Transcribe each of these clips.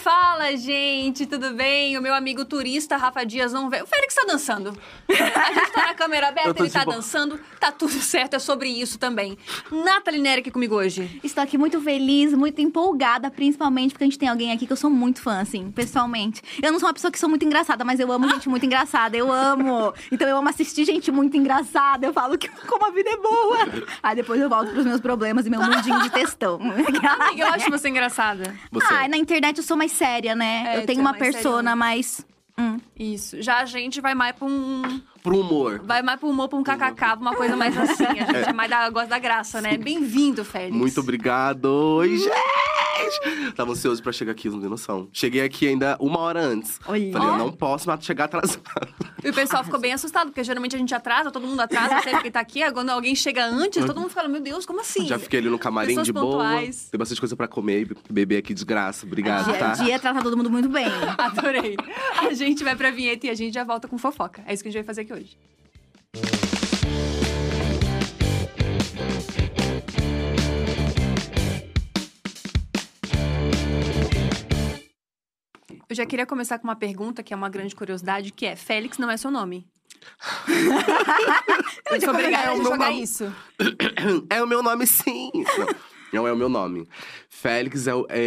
Fala, gente, tudo bem? O meu amigo turista, Rafa Dias, não veio. O Félix tá dançando. A gente tá na câmera aberta, ele tá dançando. Tá tudo certo, é sobre isso também. Nathalie Neri aqui comigo hoje. Estou aqui muito feliz, muito empolgada, principalmente porque a gente tem alguém aqui que eu sou muito fã, assim, pessoalmente. Eu não sou uma pessoa que sou muito engraçada, mas eu amo gente muito engraçada, eu amo. Então eu amo assistir gente muito engraçada, eu falo que como a vida é boa. Aí depois eu volto pros meus problemas e meu mundinho de textão. Eu acho você engraçada. Na internet eu sou mais séria, né? Eu tenho uma persona mais... Isso. Já a gente vai mais pra Pro humor. Vai mais pro humor, pra um kkk, uma coisa mais assim. A gente é mais gosta da graça, né? Bem-vindo, Félix. Muito obrigado. Oi, gente! Tava ansioso pra chegar aqui, não tem noção. Cheguei aqui ainda 1 hora antes. Oi. Falei, eu não posso chegar atrasado. E o pessoal ficou bem assustado, porque geralmente a gente atrasa, todo mundo atrasa, sempre que tá aqui. Quando alguém chega antes, todo mundo fala, meu Deus, como assim? Já fiquei ali no camarim Pessoas de pontuais. boa. Tem bastante coisa pra comer e beber aqui de graça. Obrigado, tá? Dia trata todo mundo muito bem. Adorei. A gente vai pra vinheta e a gente já volta com fofoca. É isso que a gente vai fazer aqui hoje. Eu já queria começar com uma pergunta, que é uma grande curiosidade, que é: Félix não é seu nome? Eu sou obrigada a jogar isso. É o meu nome, sim. Não é o meu nome. Félix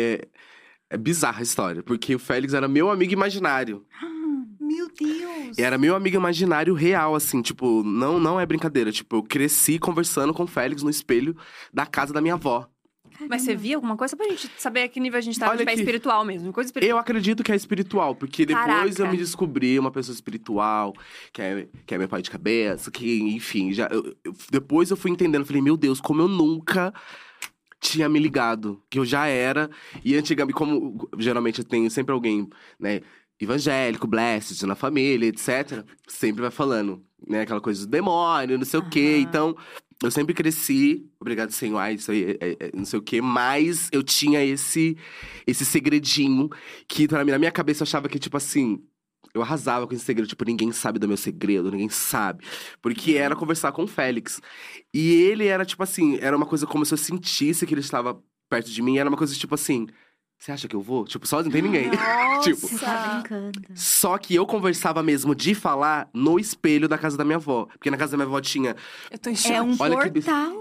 é bizarra a história, porque o Félix era meu amigo imaginário. Meu Deus! E era meu amigo imaginário real, assim, tipo, não é brincadeira. Tipo, eu cresci conversando com o Félix no espelho da casa da minha avó. Mas você via alguma coisa? Só pra gente saber a que nível a gente tá, Olha tipo, é aqui. espiritual mesmo, coisa espiritual. Eu acredito que é espiritual, porque depois Caraca. eu me descobri uma pessoa espiritual, que é meu pai de cabeça, que, enfim, depois eu fui entendendo, falei, meu Deus, como eu nunca tinha me ligado, que eu já era. E antigamente, como geralmente eu tenho sempre alguém, né, evangélico, blessed na família, etc., sempre vai falando, né, aquela coisa do demônio, não sei o quê. Então, eu sempre cresci, obrigado, Senhor, isso aí, não sei o quê, mas eu tinha esse segredinho que, pra mim, na minha cabeça, eu achava que, tipo assim, eu arrasava com esse segredo. Tipo, ninguém sabe do meu segredo, ninguém sabe. Porque era conversar com o Félix. E ele era, tipo assim, era uma coisa como se eu sentisse que ele estava perto de mim. Era uma coisa, tipo assim, você acha que eu vou? Tipo, só não tem ninguém. Tipo, Você tá brincando. só que eu conversava mesmo de falar no espelho da casa da minha avó. Porque na casa da minha avó tinha… Eu tô em choque. É um Olha que portal.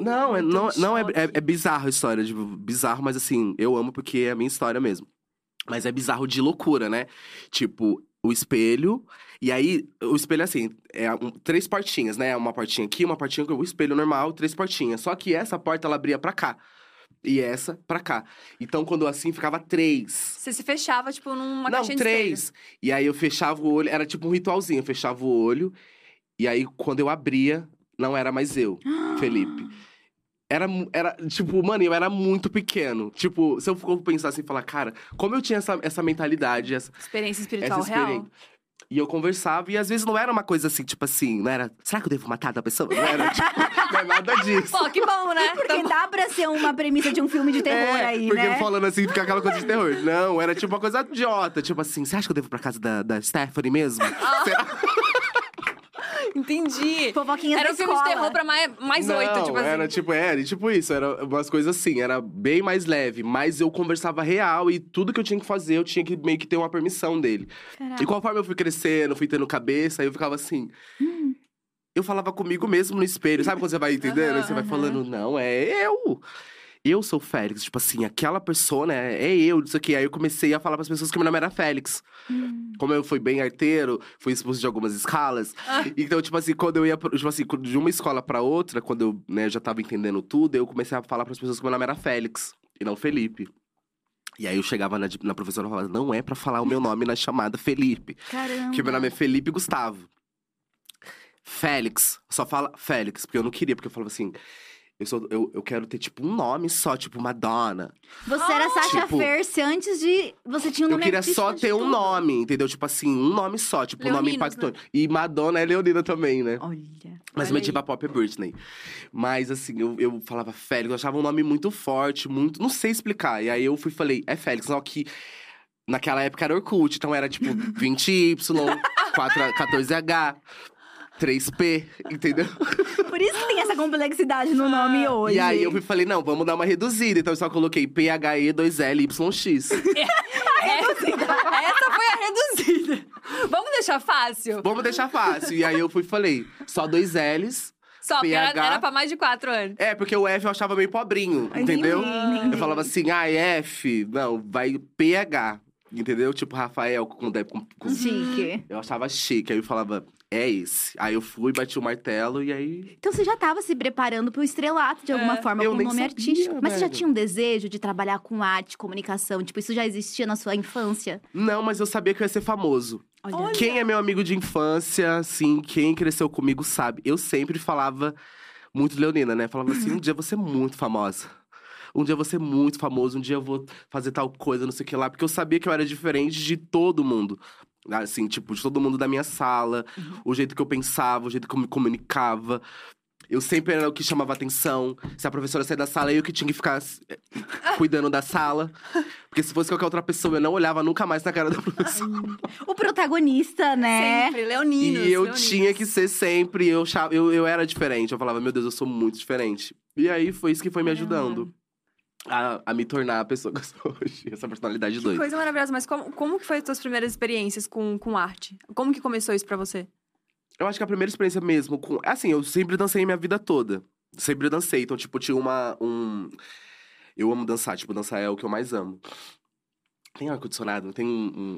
é bizarro a história, tipo, bizarro, mas assim, eu amo porque é a minha história mesmo. Mas é bizarro de loucura, né? Tipo, o espelho, e aí, o espelho é assim, 3 portinhas, né? Uma portinha aqui, uma portinha aqui, o espelho normal, 3 portinhas. Só que essa porta, ela abria pra cá. E essa pra cá. Então, quando assim, ficava 3. Você se fechava, tipo, numa Não, caixinha de 3. espelho. E aí, eu fechava o olho, era tipo um ritualzinho. Eu fechava o olho, e aí, quando eu abria, não era mais eu, Felipe. Era, tipo, mano, eu era muito pequeno. Tipo, se eu for pensar assim e falar, cara, como eu tinha essa mentalidade, Experiência espiritual essa real. experiência. E eu conversava, e às vezes não era uma coisa assim, tipo assim, não era… Será que eu devo matar a pessoa? Não era, tipo, não é nada disso. Pô, que bom, né? Porque dá pra ser uma premissa de um filme de terror aí, porque né? falando assim, fica aquela coisa de terror. Não, era tipo uma coisa idiota. Tipo assim, você acha que eu devo ir pra casa da Stephanie mesmo? Será? Entendi. Fofoquinhas Era da um filme de escola. terror pra mais Não, 8, tipo assim. era tipo isso, era umas coisas assim, era bem mais leve, mas eu conversava real e tudo que eu tinha que fazer, eu tinha que meio que ter uma permissão dele. Caraca. E conforme eu fui crescendo, fui tendo cabeça, aí eu ficava assim… Eu falava comigo mesmo no espelho, sabe quando você vai entendendo? Aí você vai falando, não, é eu! Eu sou o Félix, tipo assim, aquela pessoa, né, é eu, isso aqui. Aí eu comecei a falar pras pessoas que meu nome era Félix. Como eu fui bem arteiro, fui expulso de algumas escalas. Então, tipo assim, quando eu ia, tipo assim, de uma escola pra outra, quando eu, né, já tava entendendo tudo, eu comecei a falar pras pessoas que meu nome era Félix, e não Felipe. E aí eu chegava na professora e falava, não é pra falar o meu nome na chamada Felipe. Caramba. Porque meu nome é Felipe Gustavo. Félix, só fala Félix, porque eu não queria, porque eu falava assim… Eu quero ter, tipo, um nome só, tipo, Madonna. Você era Sasha Tipo, Fierce antes de… Você tinha um Eu nome queria artístico só de ter um tudo. nome, entendeu? Tipo assim, um nome só, tipo, um nome Leoninas, impactante. E Madonna é Leonina também, né? Olha. Mas Olha minha aí. diva pop é Britney. Mas assim, eu falava Félix, eu achava um nome muito forte, muito… Não sei explicar. E aí eu falei, é Félix. Só que naquela época era Orkut, então era tipo 20Y, 14H… 3P, entendeu? Por isso que tem essa complexidade no nome hoje. E aí eu falei, não, vamos dar uma reduzida. Então eu só coloquei PHE2LYX. deixar fácil. Vamos deixar fácil. E aí eu fui e falei, só 2 L's. Só, porque PH. era pra mais de 4 anos. É, porque o F eu achava meio pobrinho, entendeu? Entendi. Eu falava assim, F, não, vai PH. Entendeu? Tipo, Rafael com Chique. Eu achava chique. Aí eu falava, é esse. Aí eu fui, bati o martelo e aí. Então você já tava se preparando pro estrelato de alguma forma, Eu com nem nome sabia, artístico. Mas você já velho. tinha um desejo de trabalhar com arte, comunicação? Tipo, isso já existia na sua infância? Não, mas eu sabia que eu ia ser famoso. Olha. Quem é meu amigo de infância, assim, quem cresceu comigo sabe. Eu sempre falava muito leonina, né? Falava assim, um dia eu vou ser muito famosa. Um dia eu vou ser muito famoso, um dia eu vou fazer tal coisa, não sei o que lá. Porque eu sabia que eu era diferente de todo mundo. Assim, tipo, de todo mundo da minha sala. O jeito que eu pensava, o jeito que eu me comunicava. Eu sempre era o que chamava atenção. Se a professora sair da sala, eu que tinha que ficar cuidando da sala. Porque se fosse qualquer outra pessoa, eu não olhava nunca mais na cara da professora. O protagonista, né? Sempre, leoninos. E eu leoninos. tinha que ser sempre, eu era diferente. Eu falava, meu Deus, eu sou muito diferente. E aí, foi isso que foi me ajudando a me tornar a pessoa que eu sou hoje. Essa personalidade Que doida. coisa maravilhosa. Mas como que foi as suas primeiras experiências com arte? Como que começou isso pra você? Eu acho que a primeira experiência mesmo Assim, eu sempre dancei minha vida toda. Sempre dancei. Então, tipo, tinha Eu amo dançar. Tipo, dançar é o que eu mais amo. Tem ar-condicionado? Tem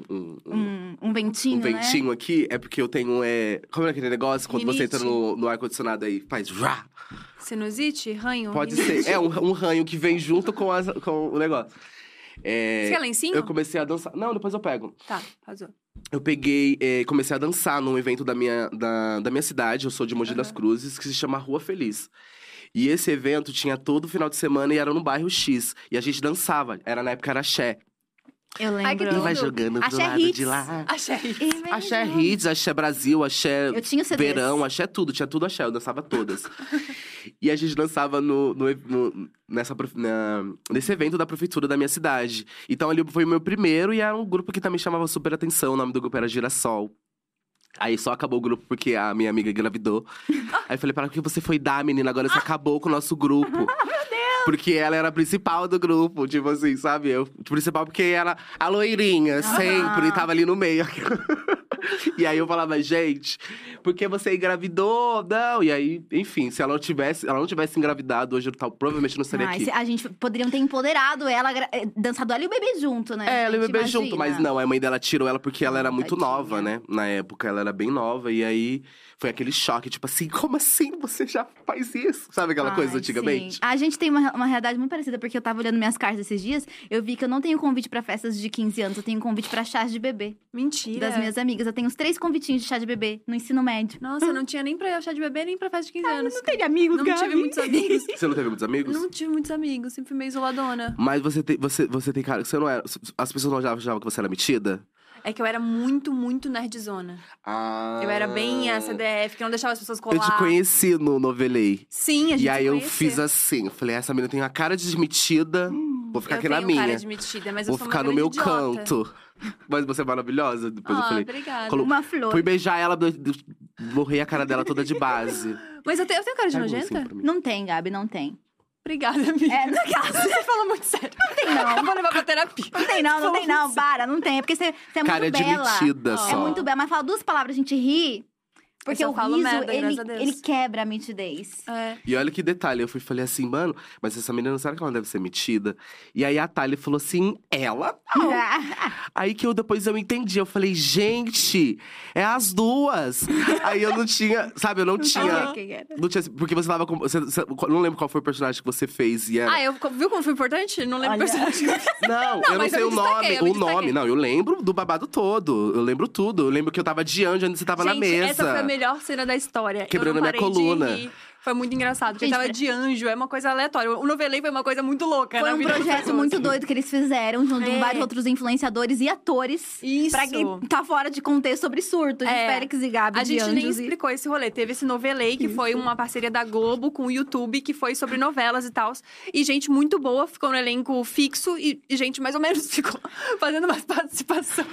Um ventinho, um ventinho aqui? É porque eu tenho… Como é aquele negócio? Quando você entra no ar-condicionado aí, faz… Rá. Sinusite? Ranho? Pode rinite? ser. É um ranho que vem junto com o negócio. Você quer lencinho? Eu comecei a dançar… Não, depois eu pego. Tá, arrasou. Eu peguei… comecei a dançar num evento da minha cidade. Eu sou de Mogi das Cruzes, que se chama Rua Feliz. E esse evento tinha todo final de semana e era no bairro X. E a gente dançava. Na época era axé. Eu lembro. Ai, que E tudo. vai jogando pro Axé lado hits. de lá. Achei. Axé Hits, Axé Brasil, Axé Eu tinha CDs. Verão, Axé tudo. Tinha tudo axé, eu dançava todas. E a gente dançava nesse evento da prefeitura da minha cidade. Então ali foi o meu primeiro e era um grupo que também chamava super atenção. O nome do grupo era Girassol. Aí só acabou o grupo porque a minha amiga engravidou. Aí eu falei pra ela, o que você foi dar, menina? Agora você acabou com o nosso grupo. Meu Deus! Porque ela era a principal do grupo, tipo assim, sabe? Eu, principal porque era a loirinha, sempre, tava ali no meio. E aí eu falava, gente, por que você engravidou? Não, e aí, enfim, se ela não tivesse engravidado, hoje eu provavelmente não seria aqui. A gente poderiam ter empoderado ela, dançado ela e o bebê junto, né? Ela e o gente? bebê junto, Imagina. mas não, a mãe dela tirou ela porque ela era muito tadinha. nova, né? Na época, ela era bem nova, e aí foi aquele choque, tipo assim, como assim você já faz isso? Sabe aquela coisa Ai, antigamente? sim. A gente tem uma realidade muito parecida, porque eu tava olhando minhas cartas esses dias, eu vi que eu não tenho convite pra festas de 15 anos, eu tenho convite pra chás de bebê. Mentira. Das minhas amigas. Eu tenho uns 3 convitinhos de chá de bebê no ensino médio. Nossa, eu não tinha nem pra chá de bebê, nem pra festa de 15 anos. Não teve amigos, Não Gabi? tive muitos amigos. Você não teve muitos amigos? Não tive muitos amigos, sempre fui meio isoladona. Mas você tem cara, você não era… As pessoas não achavam que você era metida? É que eu era muito, muito nerdzona. Ah… Eu era bem a CDF, que não deixava as pessoas colar. Eu te conheci no Novelei. Sim, a gente E aí se eu conheceu. fiz assim, eu falei, essa menina tem uma cara de metida, vou ficar aqui eu na tenho minha. cara de metida, mas Vou eu sou ficar uma no meu grande idiota. canto. Mas você é maravilhosa. Depois eu falei. Obrigada. Uma flor. Fui beijar ela, borrei a cara dela toda de base. Mas eu tenho cara de Pega um assim nojenta? pra mim. Não tem, Gabi, não tem. Obrigada, amiga. É, no caso. Você fala muito sério. Não tem, não. Vou levar pra terapia. Não tem não, não tem não. Para, não tem. É porque você é Cara, muito é de bela. metida É só. muito bela. Mas fala 2 palavras, a gente ri. Porque Eu o só falo riso, merda, graças a Deus. ele quebra a mitidez. É. E olha que detalhe, eu falei assim, mano, mas essa menina, será que ela deve ser metida? E aí a Thalia falou assim, ela? Não. Aí que depois eu entendi, eu falei, gente, é as duas. Aí eu não tinha, sabe, eu não tinha… Quem era? Não tinha, porque você tava com… Você não lembro qual foi o personagem que você fez e era… Viu como foi importante? Não lembro Olha. o personagem. Não, eu não mas sei eu o me nome. destaquei, eu me O nome, destaquei. não, eu lembro do babado todo. Eu lembro tudo. Eu lembro que eu tava de anjo onde você tava na Gente, mesa. essa foi a melhor cena da história. Quebrando eu não a minha parei de coluna. rir. Foi muito engraçado, porque Gente, tava de anjo, é uma coisa aleatória. O Novelei foi uma coisa muito louca Foi na um vida das projeto pessoas. muito doido que eles fizeram, junto com É. vários outros influenciadores e atores. Isso. Pra quem tá fora de contexto sobre surto, de Félix e Gabi, A de gente nem anjos. explicou esse rolê. Teve esse Novelei, que foi uma parceria da Globo com o YouTube, que foi sobre novelas e tal. E gente muito boa ficou no elenco fixo e gente mais ou menos ficou fazendo mais participação.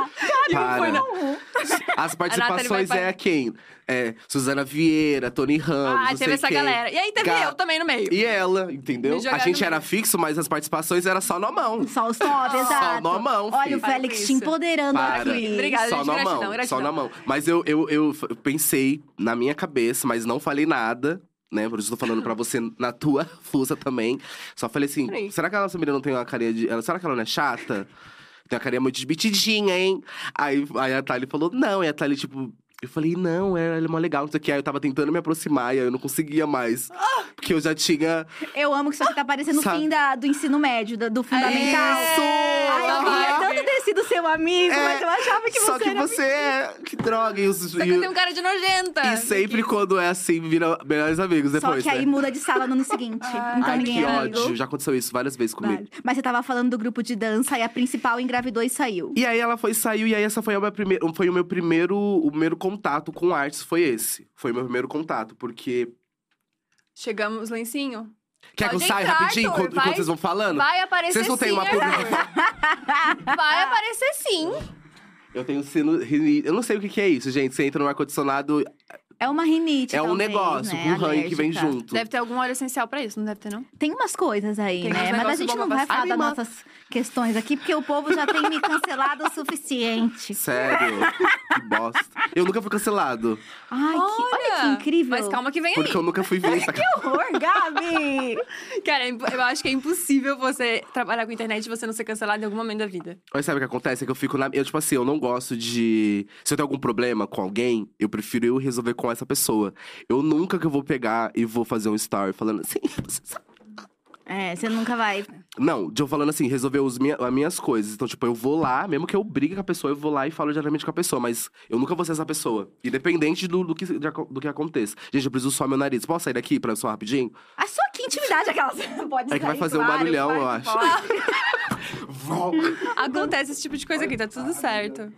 E não foi, não. As participações vai- é quem? É Suzana Vieira, Tony Ramos, Ah, não teve essa quem. galera. E aí teve eu também no meio. E ela, entendeu? Me jogaram A gente no era meio. fixo, mas as participações era só na mão. Só os top, exato. Só na mão, Olha, filho. o Félix Para com te isso. empoderando Para. aqui. Obrigada, Só gente. na Gratidão, mão, gratidão. só na mão. Mas eu pensei na minha cabeça, mas não falei nada, né? Por isso eu tô falando pra você na tua fuça também. Só falei assim, Peraí. será que a nossa menina não tem uma carinha de… Será que ela não é chata? Tem uma carinha muito desbitidinha, hein? Aí a Thalie falou, não. E a Thalie, tipo… Eu falei, não, ela é mó legal, não sei o que. Aí eu tava tentando me aproximar e aí eu não conseguia mais. Porque eu já tinha… Eu amo que isso aqui tá parecendo o Sabe? fim do ensino médio, do fundamental. Isso! Ai, eu queria tanto ter sido seu amigo, mas eu achava que Só você que era você é… Que droga. E, Só que eu tenho um cara de nojenta. e sempre quando é assim, vira melhores amigos Só depois, que aí né? muda de sala no ano seguinte. Então Ai, ninguém que é amigo. ódio. Já aconteceu isso várias vezes comigo. Vale. Mas você tava falando do grupo de dança e a principal engravidou e saiu. E aí ela saiu, e aí essa foi o meu primeiro contato com artes, foi esse. Foi o meu primeiro contato, porque… Chegamos, lencinho. Quer que eu Pode saia entrar, rapidinho, Arthur, enquanto vocês vão falando? Vai aparecer Vocês não têm sim, uma… Arthur. Vai aparecer sim. Eu tenho eu não sei o que é isso, gente. Você entra no ar-condicionado, É uma rinite, é um talvez, negócio, né? com um ranho que vem Alérgica. junto. Deve ter algum óleo essencial pra isso, não deve ter, não? Tem umas coisas aí, Tem uns né? Mas a negócios gente bom não pra vai passar. falar das Ai, nossas questões aqui, porque o povo já tem me cancelado o suficiente. Sério? Que bosta. Eu nunca fui cancelado, Ai, olha que incrível. Mas calma que vem porque eu aí. nunca fui vista. Que horror, Gabi! Cara, eu acho que é impossível você trabalhar com internet e você não ser cancelado em algum momento da vida. Mas sabe o que acontece? É que eu fico na… Eu, tipo assim, eu não gosto de… Se eu tenho algum problema com alguém, eu prefiro eu resolver com essa pessoa. Eu nunca que eu vou pegar e vou fazer um story falando assim… Você sabe. É, você nunca vai. Não, de eu falando assim, resolver as minhas coisas. Então, tipo, eu vou lá, mesmo que eu brigue com a pessoa, eu vou lá e falo diretamente com a pessoa. Mas eu nunca vou ser essa pessoa. Independente do que aconteça. Gente, eu preciso suar meu nariz. Posso sair daqui pra suar rapidinho? A sua que intimidade aquela. Pode É que vai sair, fazer um claro, barulhão, claro eu que acho. pode. Acontece esse tipo de coisa aqui, tá tudo certo.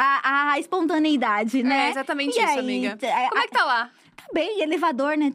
A espontaneidade, né? É exatamente E isso, aí, amiga. é, Como é que tá lá? Tá bem, elevador, né?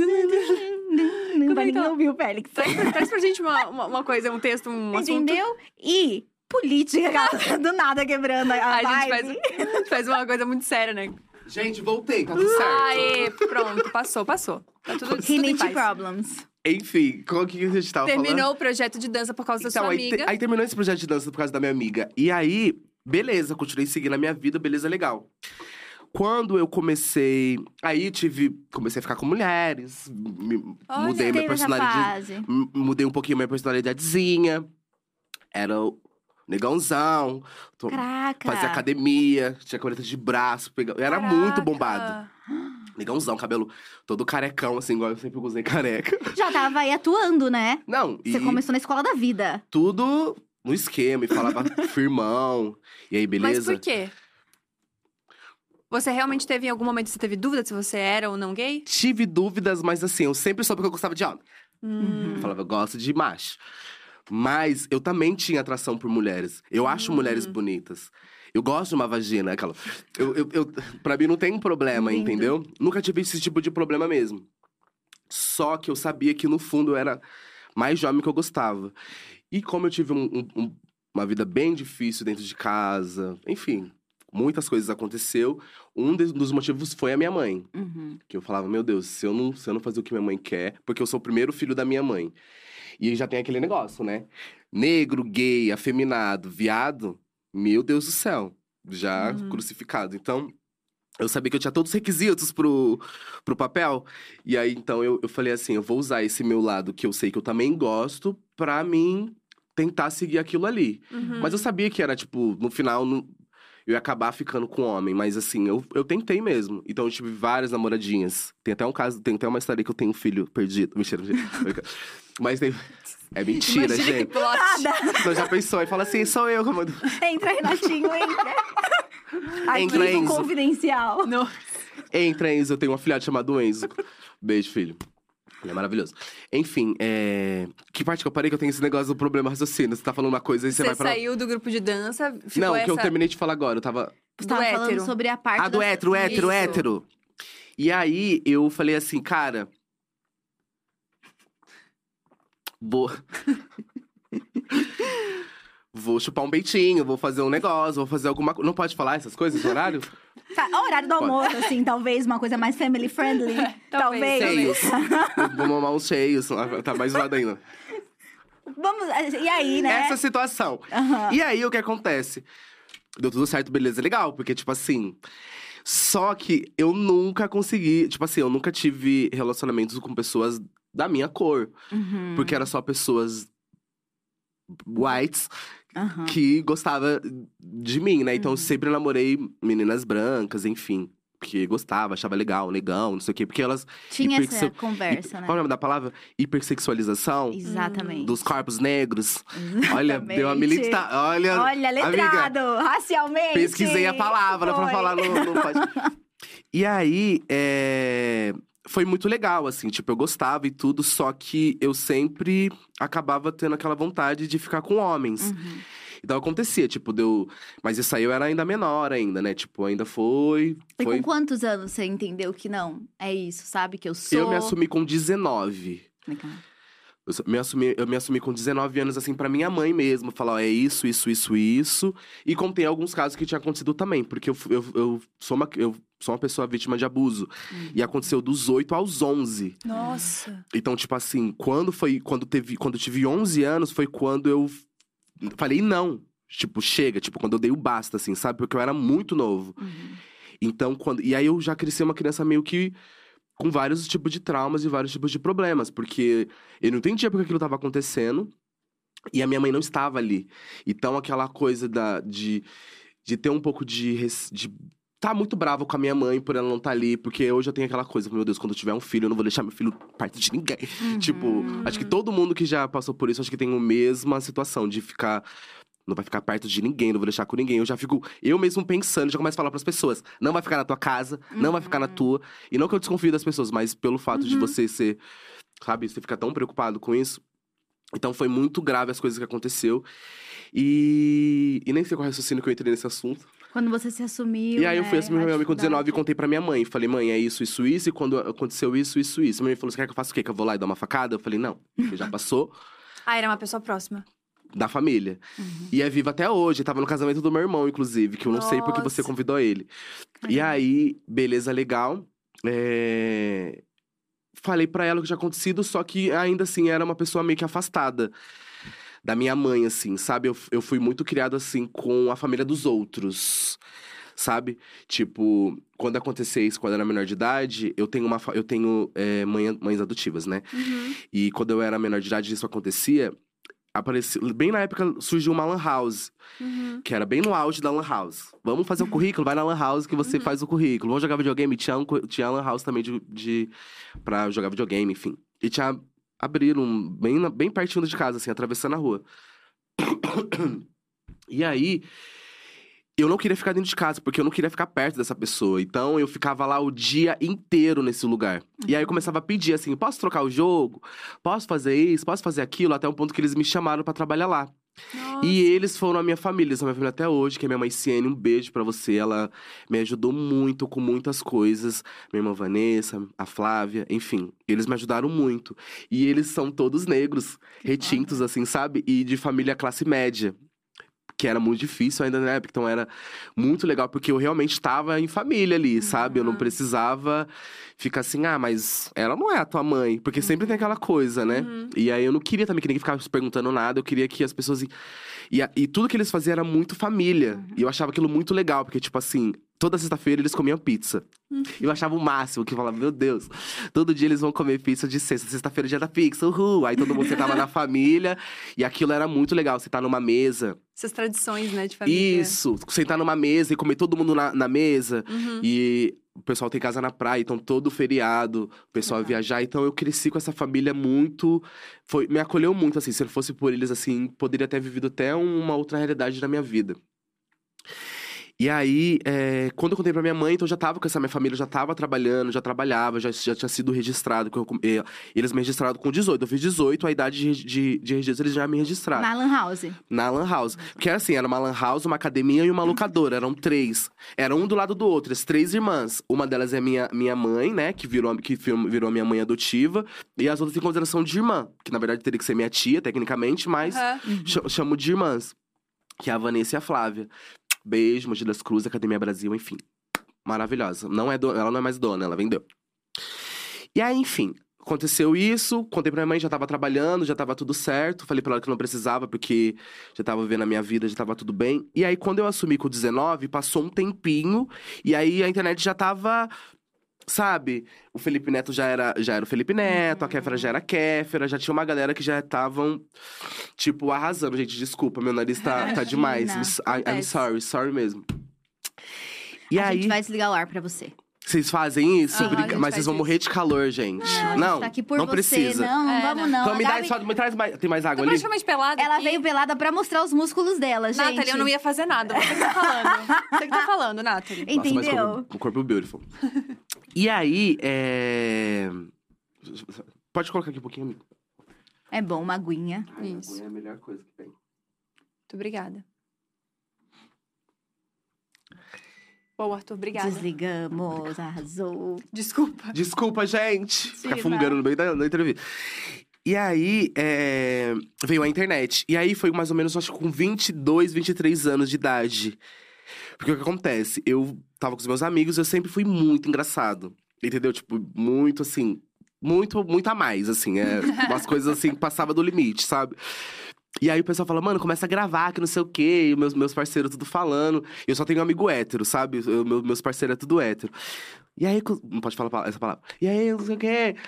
Não vai é que ninguém tá? ouvir o Félix. Traz pra gente uma coisa, um texto, um assunto. Entendeu? E política, cara, do nada quebrando a A gente vibe. faz uma coisa muito séria, né? Gente, voltei, tá tudo certo. Aê, pronto, passou. Tá tudo em Rinite paz. problems. Enfim, como que a gente tava falando? Terminou o projeto de dança por causa da sua Aí, amiga. aí terminou esse projeto de dança por causa da minha amiga. E aí, beleza, continuei seguindo a minha vida, beleza, legal. Quando eu comecei… Aí comecei a ficar com mulheres, Olha, mudei minha Teve essa personalidade. fase. Mudei um pouquinho minha personalidadezinha. Era o negãozão. Caraca. Fazia academia, tinha coleta de braço. Eu era muito bombado. Negãozão, cabelo todo carecão, assim, igual eu sempre usei careca. Já tava aí atuando, né? Não, Você e começou na escola da vida. tudo no esquema. E falava firmão. E aí, beleza? Mas por quê? Você realmente teve, em algum momento, você teve dúvida se você era ou não gay? Tive dúvidas, mas assim, eu sempre soube que eu gostava de homem. Eu falava, eu gosto de macho. Mas eu também tinha atração por mulheres. Eu acho mulheres bonitas. Eu gosto de uma vagina, aquela… Pra mim não tem problema, Lindo. entendeu? Nunca tive esse tipo de problema mesmo. Só que eu sabia que no fundo eu era mais de homem que eu gostava. E como eu tive uma vida bem difícil dentro de casa, enfim… Muitas coisas aconteceu. Dos motivos foi a minha mãe. Que eu falava, meu Deus, se eu não fazer o que minha mãe quer… Porque eu sou o primeiro filho da minha mãe. E já tem aquele negócio, né? Negro, gay, afeminado, viado… Meu Deus do céu. Já crucificado. Então, eu sabia que eu tinha todos os requisitos pro papel. E aí, então, eu falei assim… Eu vou usar esse meu lado que eu sei que eu também gosto… Pra mim tentar seguir aquilo ali. Mas eu sabia que era, tipo, no final… Eu ia acabar ficando com homem, mas assim, eu tentei mesmo. Então eu tive várias namoradinhas. Tem até um caso, tem até uma história que eu tenho um filho perdido. Mentira. Mas tem… É mentira, Imagina que gente. plot. Então já pensou e fala assim, sou eu, como… Entra, Renatinho, entra. Entra, Arquivo Enzo. confidencial. Não. Entra, Enzo, eu tenho um afilhado chamado Enzo. Beijo, filho. Ele é maravilhoso. Enfim, que parte que eu parei que eu tenho esse negócio do problema raciocínio? Você tá falando uma coisa e você Você vai pra… saiu do grupo de dança, ficou Não, que eu essa… terminei de falar agora, eu tava… Você Do tava falando hétero. sobre a parte do hétero, Isso. hétero. E aí, eu falei assim, cara… Vou vou chupar um peitinho, vou fazer um negócio, vou fazer alguma coisa. Não pode falar essas coisas no horário? Tá, horário do almoço, assim, talvez uma coisa mais family friendly. Talvez. Cheios. Vou mamar uns cheios, tá mais zoado ainda. Vamos, e aí, né? Essa situação. E aí, o que acontece? Deu tudo certo, beleza, legal. Porque, tipo assim… Só que eu nunca consegui… Tipo assim, eu nunca tive relacionamentos com pessoas da minha cor. Porque era só pessoas… whites… que gostava de mim, né? Então, eu sempre namorei meninas brancas, enfim. Porque gostava, achava legal, negão, não sei o quê. Porque elas… Tinha essa conversa, né? Qual é o nome da palavra? Hipersexualização. Exatamente. Dos corpos negros. Olha, Exatamente. deu uma milita… Olha, letrado, amiga, racialmente. pesquisei a palavra pra falar no podcast. E aí, foi muito legal, assim. Tipo, eu gostava e tudo. Só que eu sempre acabava tendo aquela vontade de ficar com homens. Então, acontecia, tipo, deu… Mas isso aí eu era ainda menor ainda, né? Tipo, ainda foi… E com quantos anos você entendeu que não? É isso, sabe? Que eu sou… Eu me assumi com 19. Eu me assumi com 19 anos, assim, pra minha mãe mesmo. Falar, ó, é isso. E contei alguns casos que tinha acontecido também. Porque eu sou uma pessoa vítima de abuso. E aconteceu dos 8 aos 11. Nossa. Então, tipo assim, quando eu tive 11 anos, foi quando eu… falei, não. Tipo, chega. Tipo, quando eu dei o basta, assim, sabe? Porque eu era muito novo. Então, e aí eu já cresci uma criança meio que… com vários tipos de traumas e vários tipos de problemas. Porque eu não entendia porque aquilo estava acontecendo. E a minha mãe não estava ali. Então, aquela coisa de ter um pouco de tá muito brava com a minha mãe por ela não estar ali. Porque hoje eu tenho aquela coisa, meu Deus, quando eu tiver um filho, eu não vou deixar meu filho perto de ninguém. Tipo, acho que todo mundo que já passou por isso, acho que tem a mesma situação de ficar… Não vai ficar perto de ninguém, não vou deixar com ninguém. Eu já fico, eu mesmo pensando, já começo a falar pras pessoas. Não vai ficar na tua casa, não vai ficar na tua. E não que eu desconfio das pessoas, mas pelo fato de você ser… Sabe, você fica tão preocupado com isso. Então foi muito grave as coisas que aconteceu. E nem sei qual raciocínio que eu entrei nesse assunto. Quando você se assumiu, E aí eu fui assumir meu nome com 19 e com… contei pra minha mãe. Falei, mãe, é isso. E quando aconteceu isso. Minha mãe falou, você quer que eu faça o quê? Que eu vou lá e dar uma facada? Eu falei, não, porque já passou. Ah, era uma pessoa próxima. Da família. E é vivo até hoje. Tava no casamento do meu irmão, inclusive. Que eu não sei porque você convidou ele. E aí, beleza, legal. Falei pra ela o que tinha acontecido. Só que, ainda assim, era uma pessoa meio que afastada da minha mãe, assim, sabe? Eu fui muito criado, assim, com a família dos outros. Sabe? Tipo, quando acontecia isso, quando eu era menor de idade… Eu tenho mães adotivas, né? E quando eu era menor de idade, isso acontecia… Bem na época, surgiu uma lan house. Que era bem no auge da lan house. Vamos fazer o currículo? Vai na lan house que você faz o currículo. Vamos jogar videogame? Tinha lan house também pra jogar videogame, enfim. E abriram bem pertinho de casa, assim, atravessando a rua. E aí… Eu não queria ficar dentro de casa, porque eu não queria ficar perto dessa pessoa. Então, eu ficava lá o dia inteiro nesse lugar. E aí, eu começava a pedir, assim, posso trocar o jogo? Posso fazer isso? Posso fazer aquilo? Até um ponto que eles me chamaram pra trabalhar lá. Nossa. E eles foram a minha família. Eles são a minha família até hoje, que é minha mãe Ciene. Um beijo pra você. Ela me ajudou muito com muitas coisas. Minha irmã Vanessa, a Flávia, enfim. Eles me ajudaram muito. E eles são todos negros, retintos, assim, sabe? E de família classe média. Que era muito difícil ainda na época. Então, era muito legal, porque eu realmente estava em família ali, sabe? Eu não precisava ficar assim, mas ela não é a tua mãe. Porque sempre tem aquela coisa, né? E aí, eu não queria também que ninguém ficasse perguntando nada. Eu queria que as pessoas… E tudo que eles faziam era muito família. E eu achava aquilo muito legal, porque, tipo assim… Toda sexta-feira eles comiam pizza. Eu achava o máximo, que eu falava, meu Deus, todo dia eles vão comer pizza de sexta. Sexta-feira é dia da pizza, uhul! Aí todo mundo sentava na família. E aquilo era muito legal, sentar numa mesa. Essas tradições, né, de família. Isso, sentar numa mesa e comer todo mundo na mesa. E o pessoal tem casa na praia, então todo feriado, o pessoal ia viajar. Então eu cresci com essa família muito… Me acolheu muito, assim. Se não fosse por eles, assim, poderia ter vivido até uma outra realidade da minha vida. E aí, quando eu contei pra minha mãe, então eu já tava com essa minha família, já tava trabalhando, já trabalhava, já tinha sido registrado. Eles me registraram com 18. Eu fiz 18, a idade de registro eles já me registraram. Na lan house? Na lan house. Porque era assim, era uma lan house, uma academia e uma locadora. Eram 3. Era um do lado do outro, as 3 irmãs. Uma delas é minha mãe, né, que virou a minha mãe adotiva. E as outras em consideração de irmã. Que na verdade teria que ser minha tia, tecnicamente, mas chamo de irmãs. que é a Vanessa e a Flávia. Beijo, Mogi das Cruzes, Academia Brasil, enfim. Maravilhosa. Ela não é mais dona, ela vendeu. E aí, enfim, aconteceu isso. Contei pra minha mãe, já tava trabalhando, já tava tudo certo. Falei pra ela que não precisava, porque já tava vivendo a minha vida, já tava tudo bem. E aí, quando eu assumi com 19, passou um tempinho. E aí, a internet já tava… Sabe? O Felipe Neto já era o Felipe Neto, a Kéfera já era a Kéfera. Já tinha uma galera que já estavam, tipo, arrasando. Gente, desculpa, meu nariz tá demais. I'm sorry mesmo. E A aí… gente vai desligar o ar pra você. Vocês fazem isso? Aham, a gente Mas faz vocês vão isso. morrer de calor, gente. Não, Tá aqui por não você. precisa. Não, vamos não. Então A me dá Gabi, só, me traz mais. Tem mais água Tô ali? praticamente pelada ela aqui. veio pelada pra mostrar os músculos dela, gente. Nathalie, eu não ia fazer nada. Você que tá falando. Você que tá falando, Nathalie. Nossa, mas Entendeu? o corpo beautiful. E aí, Pode colocar aqui um pouquinho, amigo. É bom, uma aguinha. Isso. É a melhor coisa que tem. Muito obrigada. Bom, Arthur, obrigada. Desligamos, arrasou. Desculpa. Desculpa, gente. Ficar Sim, fungando no meio da entrevista. E aí, veio a internet. E aí foi mais ou menos, acho que com 22, 23 anos de idade. Porque o que acontece? Eu tava com os meus amigos, eu sempre fui muito engraçado. Entendeu? Tipo, muito assim… Muito a mais, assim. Umas coisas assim que passava do limite, sabe? E aí o pessoal fala, mano, começa a gravar, que não sei o quê. E meus parceiros tudo falando. Eu só tenho amigo hétero, sabe? Meus parceiros é tudo hétero. E aí… Não pode falar essa palavra. E aí, não sei o quê…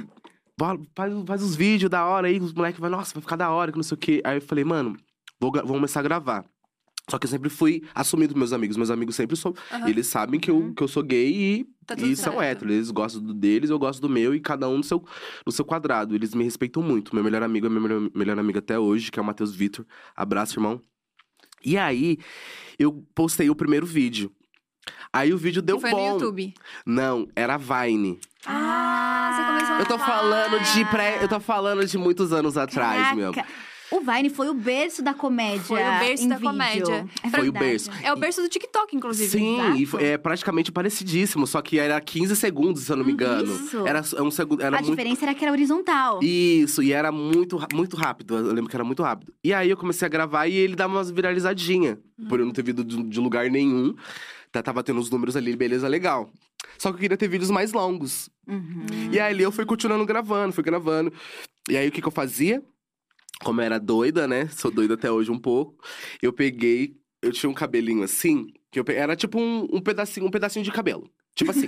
Faz os vídeos da hora aí, os moleques vão, nossa, vai ficar da hora, que não sei o quê. Aí eu falei, mano, vou começar a gravar. Só que eu sempre fui assumido pros meus amigos. Meus amigos sempre são… Eles sabem que eu sou gay Tá tudo e são certo. héteros. Eles gostam deles, eu gosto do meu. E cada um no seu quadrado. Eles me respeitam muito. Meu melhor amigo é meu melhor amigo até hoje, que é o Matheus Vitor. Abraço, irmão. E aí, eu postei o primeiro vídeo. Aí o vídeo deu Que foi bom. no YouTube. Não, era Vine. Você começou Eu tô falando de muitos anos atrás, meu. Caraca. O Vine foi o berço da comédia. Foi o berço em da vídeo. comédia. É Foi o verdade. berço. É o berço do TikTok, inclusive. Sim, Exato. é praticamente parecidíssimo, só que era 15 segundos, se eu não me engano. Isso. Era um segundo, era A muito… diferença era que era horizontal. Isso, e era muito rápido. Eu lembro que era muito rápido. E aí eu comecei a gravar e ele dava umas viralizadinhas. Por eu não ter vindo de lugar nenhum. Tava tendo os números ali, beleza, legal. Só que eu queria ter vídeos mais longos. E aí ali eu fui continuando gravando, fui gravando. E aí o que eu fazia? Como eu era doida, né? Sou doida até hoje um pouco. Eu tinha um cabelinho assim, era tipo um pedacinho de cabelo. Tipo assim.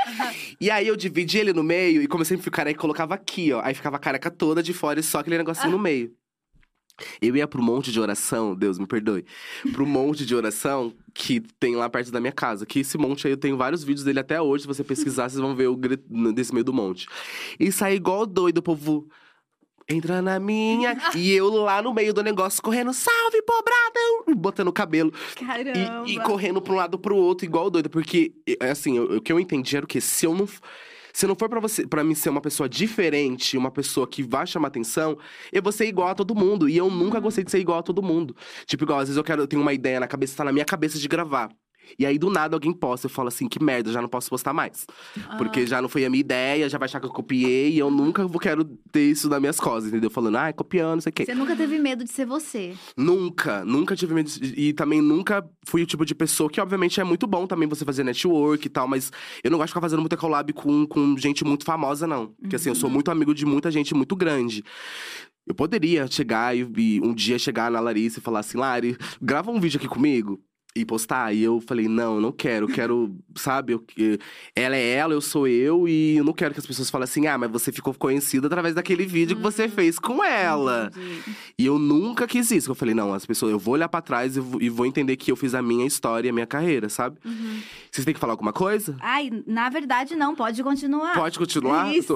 E aí eu dividi ele no meio e como eu sempre fui careca, colocava aqui, ó. Aí ficava a careca toda de fora e só aquele negocinho no meio. Eu ia pro monte de oração, Deus me perdoe. Pro monte de oração que tem lá perto da minha casa. Que esse monte aí, eu tenho vários vídeos dele até hoje. Se você pesquisar, vocês vão ver o grito desse meio do monte. E saí igual doido, o povo… Entra na minha. E eu lá no meio do negócio, correndo, salve, pobradão! Botando o cabelo. Caramba! E correndo pra um lado pro outro, igual doido. Porque, assim, o que eu entendi era o quê? Se não for pra mim ser uma pessoa diferente, uma pessoa que vai chamar atenção, eu vou ser igual a todo mundo. E eu nunca gostei de ser igual a todo mundo. Tipo, igual, às vezes eu tenho uma ideia na cabeça, tá na minha cabeça de gravar. E aí, do nada, alguém posta. Eu falo assim, que merda, já não posso postar mais. Porque já não foi a minha ideia, já vai achar que eu copiei. E eu nunca quero ter isso nas minhas costas, entendeu? Falando, copiando, não sei o quê. Você nunca teve medo de ser você. Nunca tive medo. E também nunca fui o tipo de pessoa que, obviamente, é muito bom também você fazer network e tal. Mas eu não gosto de ficar fazendo muita collab com gente muito famosa, não. Porque assim, eu sou muito amigo de muita gente muito grande. Eu poderia chegar e um dia chegar na Larissa e falar assim, Lari, grava um vídeo aqui comigo. E postar, e eu falei, não, eu não quero, sabe, ela é ela, eu sou eu, e eu não quero que as pessoas falem assim, mas você ficou conhecida através daquele vídeo que você fez com ela. E eu nunca quis isso, eu falei, não, as pessoas, eu vou olhar pra trás e vou entender que eu fiz a minha história, a minha carreira, sabe? Vocês têm que falar alguma coisa? Ai, na verdade não, pode continuar. Pode continuar? Isso.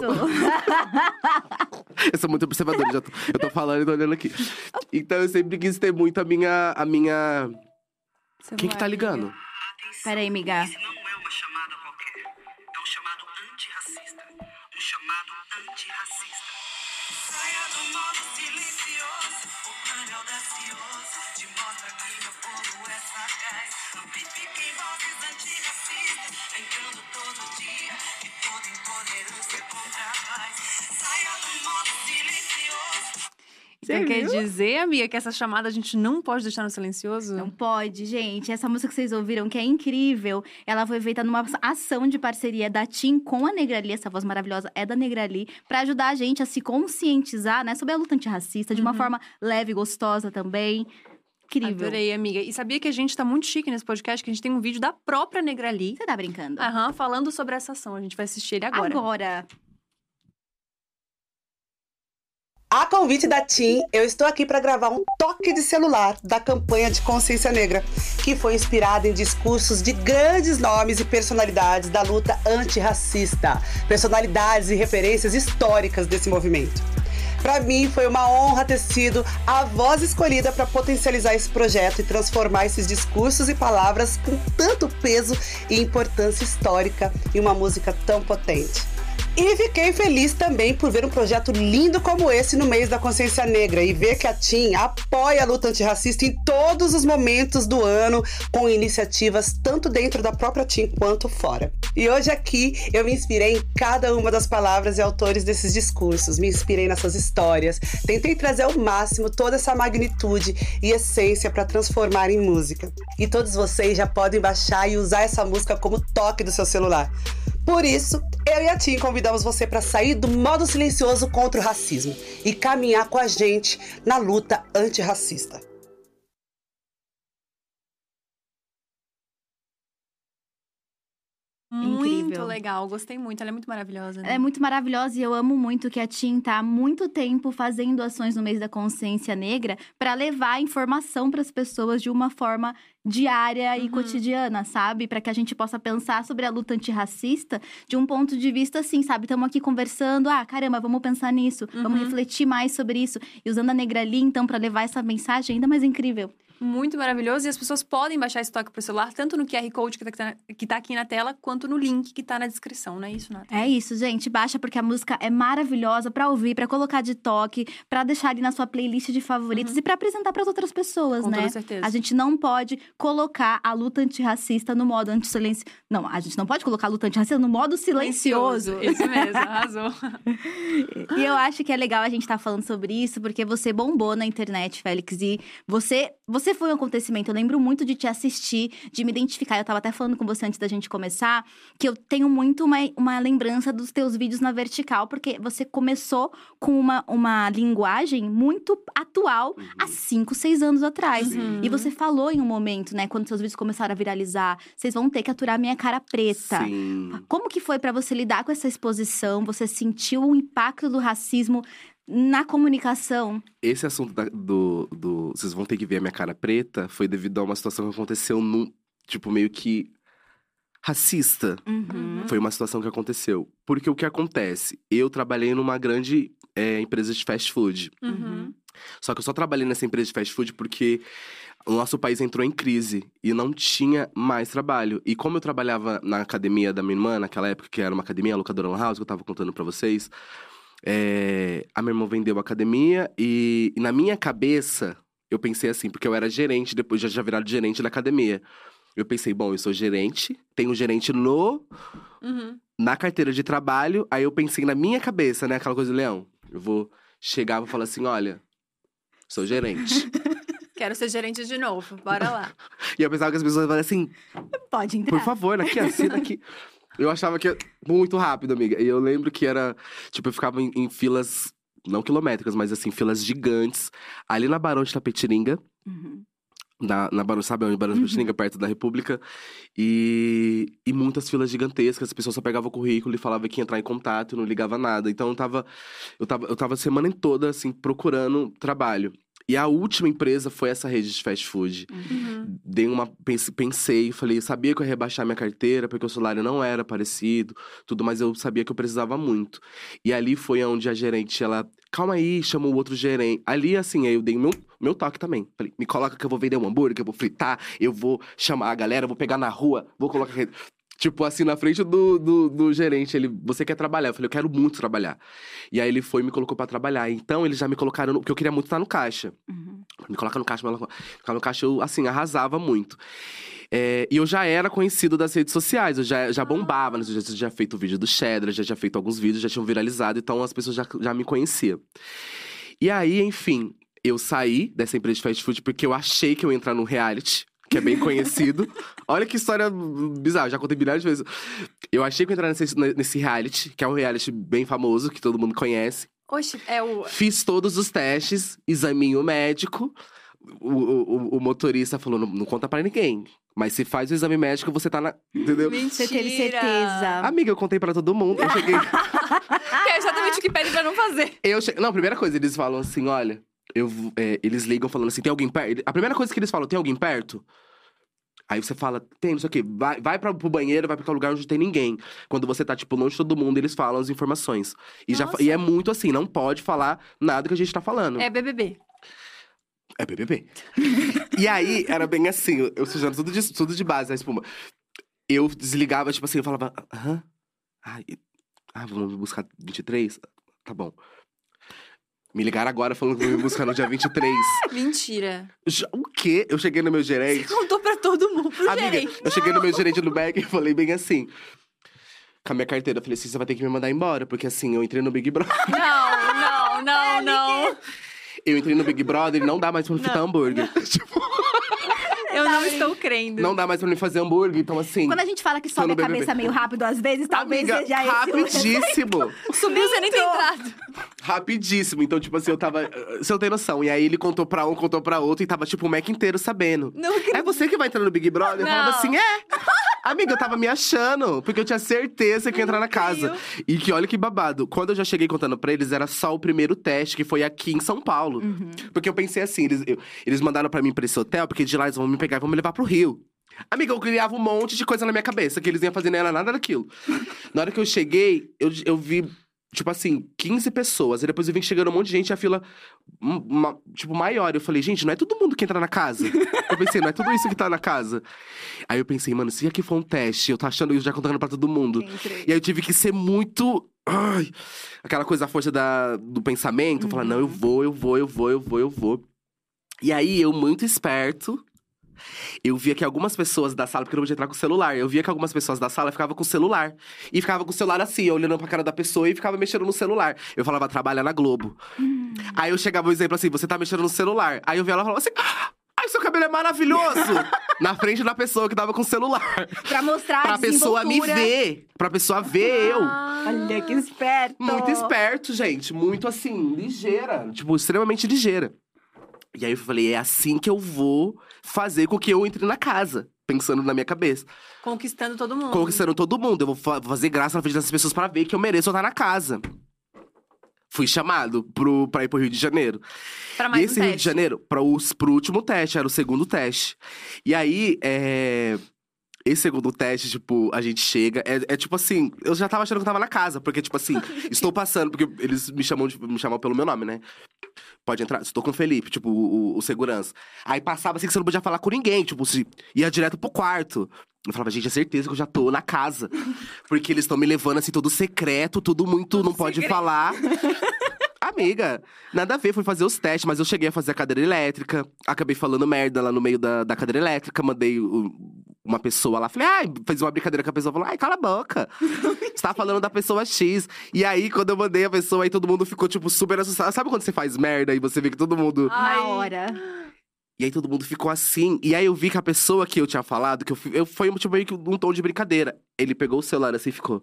Eu sou muito observadora, eu tô falando e tô olhando aqui. Então eu sempre quis ter muito a minha… Quem que tá ligando? Peraí, amiga. Esse não é uma chamada qualquer. É um chamado antirracista. Um chamado antirracista. Saia do modo silencioso. O plano audacioso. Te mostra que meu povo é sagaz. Amplifiquem vozes antirracistas. Lembrando todo dia que toda intolerância é contra a paz. Saia do modo silencioso. Então quer dizer, amiga, que essa chamada a gente não pode deixar no silencioso? Não pode, gente. Essa música que vocês ouviram, que é incrível, ela foi feita numa ação de parceria da Tim com a Negrali, essa voz maravilhosa é da Negrali, pra ajudar a gente a se conscientizar, né, sobre a luta antirracista, de uma forma leve e gostosa também. Incrível. Adorei, amiga. E sabia que a gente tá muito chique nesse podcast, que a gente tem um vídeo da própria Negrali. Você tá brincando? Falando sobre essa ação. A gente vai assistir ele agora. Agora. A convite da TIM, eu estou aqui para gravar um toque de celular da campanha de Consciência Negra, que foi inspirada em discursos de grandes nomes e personalidades da luta antirracista, personalidades e referências históricas desse movimento. Para mim, foi uma honra ter sido a voz escolhida para potencializar esse projeto e transformar esses discursos e palavras com tanto peso e importância histórica em uma música tão potente. E fiquei feliz também por ver um projeto lindo como esse no mês da Consciência Negra e ver que a TIM apoia a luta antirracista em todos os momentos do ano, com iniciativas tanto dentro da própria TIM quanto fora. E hoje aqui eu me inspirei em cada uma das palavras e autores desses discursos, me inspirei nessas histórias, tentei trazer ao máximo toda essa magnitude e essência para transformar em música. E todos vocês já podem baixar e usar essa música como toque do seu celular. Por isso, eu e a TIM convidamos você para sair do modo silencioso contra o racismo e caminhar com a gente na luta antirracista. Muito Incrível. legal, gostei muito. Ela é muito maravilhosa, né? Ela é muito maravilhosa e eu amo muito que a TIM tá há muito tempo fazendo ações no mês da Consciência Negra para levar informação para as pessoas de uma forma diária e cotidiana, sabe? Para que a gente possa pensar sobre a luta antirracista de um ponto de vista assim, sabe? Estamos aqui conversando, caramba, vamos pensar nisso, vamos refletir mais sobre isso. E usando a Negrali, então, para levar essa mensagem ainda mais incrível. Muito maravilhoso. E as pessoas podem baixar esse toque pro celular, tanto no QR Code que tá aqui na tela, quanto no link que tá na descrição, não é isso, Nath? É isso, gente. Baixa porque a música é maravilhosa pra ouvir, pra colocar de toque, pra deixar ali na sua playlist de favoritos e pra apresentar pras outras pessoas, Com né? toda certeza. A gente não pode colocar a luta antirracista no modo anti-silêncio. Não, a gente não pode colocar a luta antirracista no modo silencioso. Isso mesmo, arrasou. E eu acho que é legal a gente estar falando sobre isso, porque você bombou na internet, Félix. E você foi um acontecimento. Eu lembro muito de te assistir, de me identificar. Eu tava até falando com você antes da gente começar, que eu tenho muito uma lembrança dos teus vídeos na vertical, porque você começou com uma linguagem muito atual há 5, 6 anos atrás. E você falou em um momento, né, quando seus vídeos começaram a viralizar, vocês vão ter que aturar minha cara preta. Sim. Como que foi pra você lidar com essa exposição? Você sentiu o impacto do racismo na comunicação? Esse assunto do vocês vão ter que ver a minha cara preta foi devido a uma situação que aconteceu tipo, meio que racista. Foi uma situação que aconteceu. Porque o que acontece? Eu trabalhei numa grande empresa de fast food. Só que eu só trabalhei nessa empresa de fast food porque o nosso país entrou em crise e não tinha mais trabalho. E como eu trabalhava na academia da minha irmã, naquela época que era uma academia, a locadora Lan House, que eu tava contando pra vocês… a minha irmã vendeu a academia e na minha cabeça, eu pensei assim, porque eu era gerente, depois já virado gerente da academia. Eu pensei, bom, eu sou gerente, tenho gerente na carteira de trabalho. Aí eu pensei na minha cabeça, né, aquela coisa do leão. Eu vou chegar e vou falar assim, olha, sou gerente. Quero ser gerente de novo, bora lá. E eu pensava que as pessoas falavam assim, Pode entrar. por favor, aqui, assina aqui. Eu achava que era muito rápido, amiga. E eu lembro que era… Tipo, eu ficava em filas, não quilométricas, mas assim, filas gigantes. Ali na Barão de Itapetininga. Na Barão, sabe onde? Barão de Itapetininga, perto da República. E muitas filas gigantescas. As pessoas só pegavam o currículo e falavam que ia entrar em contato, não ligava nada. Então, eu tava a semana toda, assim, procurando trabalho. E a última empresa foi essa rede de fast food. Pensei, falei, sabia que eu ia rebaixar minha carteira, porque o salário não era parecido, tudo, mas eu sabia que eu precisava muito. E ali foi onde a gerente, ela, calma aí, chamou o outro gerente. Ali, assim, aí eu dei o meu toque também. Falei, me coloca que eu vou vender um hambúrguer, que eu vou fritar, eu vou chamar a galera, vou pegar na rua, vou colocar… Tipo, assim, na frente do gerente, você quer trabalhar? Eu falei, eu quero muito trabalhar. E aí ele foi e me colocou pra trabalhar. Então, eles já me colocaram, porque eu queria muito estar no caixa. Me coloca no caixa, ficar no caixa, eu, assim, arrasava muito. E eu já era conhecido das redes sociais, eu já bombava, né? Eu já tinha feito o vídeo do Cheddar, já tinha feito alguns vídeos, já tinham viralizado, então as pessoas já me conheciam. E aí, enfim, eu saí dessa empresa de fast food porque eu achei que eu ia entrar num reality, que é bem conhecido. Olha que história bizarra, já contei milhares de vezes. Eu achei que eu ia entrar nesse reality, que é um reality bem famoso, que todo mundo conhece. Oxe, é o… Fiz todos os testes, examinho médico. O motorista falou, não conta pra ninguém. Mas se faz o exame médico, você tá na… Entendeu? Mentira. Você teve certeza. Amiga, eu contei pra todo mundo. Eu cheguei… Que é exatamente o que pedem pra não fazer. Não, primeira coisa, eles falam assim, olha… eles ligam falando assim, tem alguém perto? A primeira coisa que eles falam, tem alguém perto? Aí você fala, tem, não sei o quê. Vai pro banheiro, vai pra tal lugar onde não tem ninguém. Quando você tá, tipo, longe de todo mundo, eles falam as informações. E é muito assim, não pode falar nada que a gente tá falando. É BBB. É BBB. E aí, era bem assim, eu sujando tudo de base, a espuma. Eu desligava, tipo assim, eu falava, aham? Vamos buscar 23? Tá bom. Me ligaram agora falando que vão me buscar no dia 23. Mentira. O quê? Eu cheguei no meu gerente… Você contou pra todo mundo, pro Amiga, gerente. eu cheguei no meu gerente no back e falei bem assim… Com a minha carteira, eu falei assim, você vai ter que me mandar embora. Porque assim, eu entrei no Big Brother… Não. Eu entrei no Big Brother e não dá mais pra me fritar hambúrguer. Tipo, Eu não estou crendo. não dá mais pra me fazer hambúrguer, então assim… Quando a gente fala que sobe a no BBB. cabeça meio rápido, às vezes, talvez Amiga, seja esse. rapidíssimo. Subiu sem nem ter entrado. Rapidíssimo. Então, tipo assim, eu tava… Você não tem noção. E aí, ele contou pra um, contou pra outro. E tava, tipo, o Mac inteiro sabendo. Não acredito. É você que vai entrar no Big Brother? Eu Não. falava assim, Amiga, eu tava me achando. Porque eu tinha certeza que ia entrar na casa. E que olha que babado. Quando eu já cheguei contando pra eles, era só o primeiro teste, que foi aqui em São Paulo. Porque eu pensei assim, eles mandaram pra mim pra esse hotel, porque de lá eles vão me pegar e vão me levar pro Rio. Amiga, eu criava um monte de coisa na minha cabeça, que eles iam fazer, não era nada daquilo. Na hora que eu cheguei, eu vi… Tipo assim, 15 pessoas. E depois eu vim chegando um monte de gente e a fila, tipo, maior. Eu falei, gente, não é todo mundo que entra na casa. Eu pensei, não é tudo isso que tá na casa. Aí eu pensei, mano, se aqui for um teste, eu tô achando isso já contando pra todo mundo. E aí eu tive que ser muito… aquela coisa, a força do pensamento. Falar, não, eu vou. E aí, eu muito esperto… Eu via que algumas pessoas da sala, porque eu não podia entrar com o celular. Eu via que algumas pessoas da sala ficavam com o celular. E ficava com o celular assim, olhando pra cara da pessoa e ficava mexendo no celular. Eu falava, trabalha na Globo. Aí eu chegava, por exemplo, assim, você tá mexendo no celular. Aí eu via ela e falava assim, ai, seu cabelo é maravilhoso! Na frente da pessoa que tava com o celular. Pra mostrar Pra a pessoa me ver. Pra pessoa ver eu. Olha que esperto. Muito esperto, gente. Muito assim, ligeira. Tipo, extremamente ligeira. E aí eu falei, é assim que eu vou fazer com que eu entre na casa. Pensando na minha cabeça. Conquistando todo mundo. Conquistando todo mundo. Eu vou fazer graça na frente dessas pessoas pra ver que eu mereço estar na casa. Fui chamado pra ir pro Rio de Janeiro. Pra mais e esse um Rio teste. de Janeiro, pro último teste, era o segundo teste. E aí, esse segundo teste, tipo, a gente chega… É tipo assim, eu já tava achando que eu tava na casa. Porque, tipo assim, estou passando… Porque eles me chamam pelo meu nome, né? Pode entrar, estou com o Felipe, tipo, o segurança. Aí passava assim que você não podia falar com ninguém, tipo, ia direto pro quarto. Eu falava, gente, é certeza que eu já tô na casa. Porque eles estão me levando assim, todo secreto, tudo muito, não pode falar. Amiga, nada a ver, fui fazer os testes, mas eu cheguei a fazer a cadeira elétrica. Acabei falando merda lá no meio da cadeira elétrica, mandei uma pessoa lá, falei, fez uma brincadeira com a pessoa, falou, cala a boca. Você tá falando da pessoa X. E aí, quando eu mandei a pessoa, aí todo mundo ficou, tipo, super assustado. Sabe quando você faz merda e você vê que todo mundo… Na hora. E aí todo mundo ficou assim. E aí eu vi que a pessoa que eu tinha falado, que foi tipo, meio que um tom de brincadeira. Ele pegou o celular assim e ficou…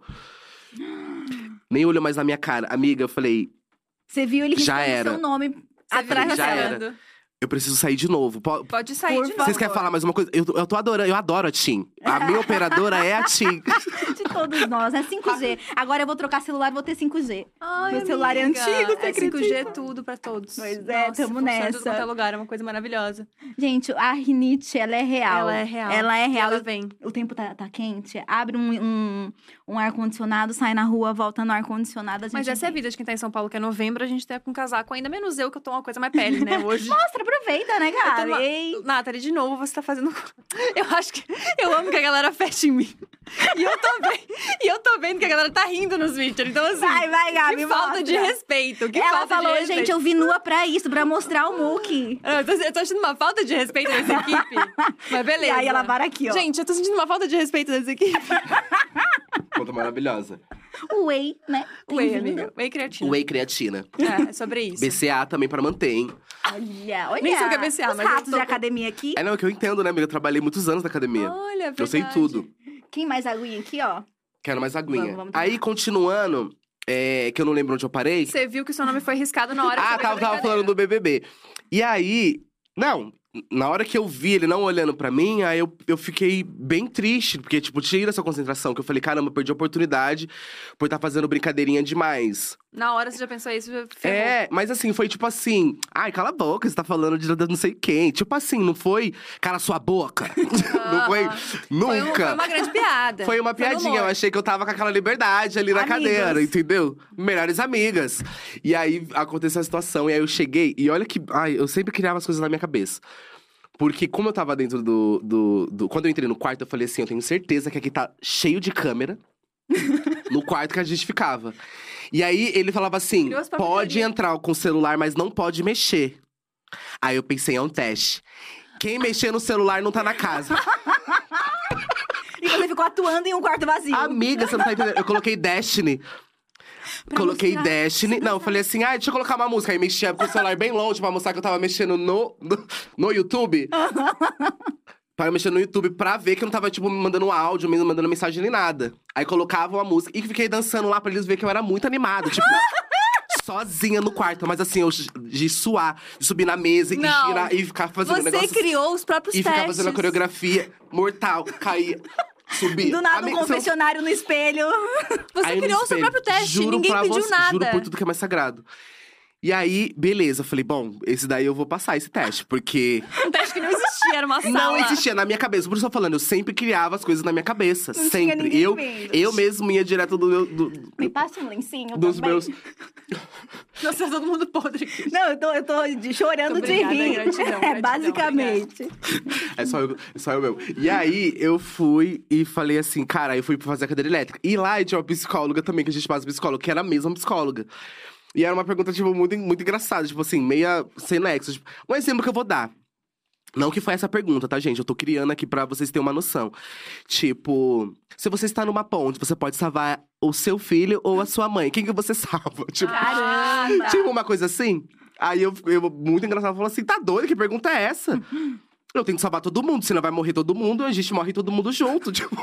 Nem olhou mais na minha cara. Amiga, eu falei… Você viu ele Já riscando era. seu nome atrás da Já tela. era. Eu preciso sair de novo. Pode sair de novo. Vocês querem falar mais uma coisa? Eu tô adorando, eu adoro a Tim. A minha operadora é a Tim. De todos nós, é 5G. Agora eu vou trocar celular e vou ter 5G. Ai, Meu celular é amiga, antigo, você 5G é acredita? tudo pra todos. Pois é, Nossa, tamo funciona em nessa. tudo quanto é lugar, é uma coisa maravilhosa. Gente, a rinite, ela é real. Ela é real. Ela é real. Ela vem. O tempo tá quente, abre um ar-condicionado, sai na rua, volta no ar-condicionado. Mas essa é a vida de quem tá em São Paulo, que é novembro, a gente tá com casaco. Ainda menos eu, que eu tô uma coisa mais pele, né, hoje. Mostra, aproveita, né, Gabi? Nathalie, de novo, você tá fazendo… Eu acho que… Eu amo que a galera feche em mim. E eu tô vendo que a galera tá rindo nos vídeos. Então, assim… Vai, Gabi, que falta mostra. de respeito. Que Ela falta falou, de respeito. gente, eu vi nua pra isso, pra mostrar o muque. Eu tô achando uma falta de respeito dessa equipe. Mas beleza. E aí ela para aqui, ó. Gente, eu tô sentindo uma falta de respeito dessa equipe. Conta maravilhosa. O whey, né? Whey, Bem-vindo. amiga. Whey creatina. Whey creatina. É sobre isso. BCA também pra manter, hein? Olha. Nem sei o que é BCA, Os mas eu ratos tô de com- academia aqui. É, não, que eu entendo, né, amiga? Eu trabalhei muitos anos na academia. Olha, Eu sei verdade. tudo. Quem mais aguinha aqui, ó? Quero mais aguinha. Vamos Aí, continuando, que eu não lembro onde eu parei. Você viu que o seu nome foi riscado na hora que você fez a Tava brincadeira. falando do BBB. E aí, não, na hora que eu vi ele não olhando pra mim, aí eu fiquei bem triste, porque, tipo, tira essa concentração, que eu falei, caramba, eu perdi a oportunidade por estar fazendo brincadeirinha demais. Na hora você já pensou isso, já ferrou. Mas assim, foi tipo assim, ai, cala a boca, você tá falando de não sei quem. Tipo assim, não foi, cala sua boca. Não foi, nunca. Foi uma grande piada. Foi uma no piadinha, eu humor. achei que eu tava com aquela liberdade ali na Amigas. cadeira, entendeu? Melhores amigas. E aí aconteceu a situação, e aí eu cheguei, e olha que. Ai, eu sempre criava as coisas na minha cabeça. Porque como eu tava dentro Quando eu entrei no quarto, eu falei assim: eu tenho certeza que aqui tá cheio de câmera. No quarto que a gente ficava. E aí ele falava assim: Criou as próprias pode teorias. entrar com o celular, mas não pode mexer. Aí eu pensei: é um teste. Quem mexer no celular não tá na casa. E você ficou atuando em um quarto vazio. Amiga, você não tá entendendo. Eu coloquei Destiny. Coloquei mostrar. Destiny. Não, eu falei assim, deixa eu colocar uma música. Aí mexia com o celular bem longe pra mostrar que eu tava mexendo no YouTube. Pra mexer no YouTube pra ver que eu não tava, tipo, me mandando áudio, me mandando mensagem nem nada. Aí colocava uma música e fiquei dançando lá pra eles verem que eu era muito animado. Tipo, sozinha no quarto. Mas assim, eu de suar, de subir na mesa e Não. girar e ficar fazendo Você negócio. criou os próprios E testes. ficar fazendo a coreografia mortal, caía, subia. Do nada, Amiga, um você não- confessionário no espelho. Você Aí no criou o seu espelho, próprio teste, juro ninguém pra pediu você, nada. Juro por tudo que é mais sagrado. E aí, beleza, eu falei, bom, esse daí eu vou passar esse teste, porque Um teste que não existia, era uma sala. não existia na minha cabeça. Por isso eu tô falando, eu sempre criava as coisas na minha cabeça. Não tinha sempre. ninguém Eu, vendo. eu mesmo ia direto Me passa um lencinho dos também. meus. Nossa, todo mundo podre aqui. Não, eu tô chorando Obrigada, de rir. gratidão, Basicamente. É só eu mesmo. E aí, eu fui e falei assim, cara, eu fui fazer a cadeira elétrica. E lá tinha uma psicóloga também, que a gente passa psicóloga, que era a mesma psicóloga. E era uma pergunta, tipo, muito, muito engraçada, tipo assim, meia sem nexo. Tipo, um exemplo que eu vou dar. Não que foi essa pergunta, tá, gente? Eu tô criando aqui pra vocês terem uma noção. Tipo, se você está numa ponte, você pode salvar o seu filho ou a sua mãe. Quem que você salva? Tipo, Caramba! tipo uma coisa assim. Aí eu muito engraçado, falou assim, tá doido? Que pergunta é essa? Eu tenho que salvar todo mundo, senão vai morrer todo mundo, a gente morre todo mundo junto, tipo…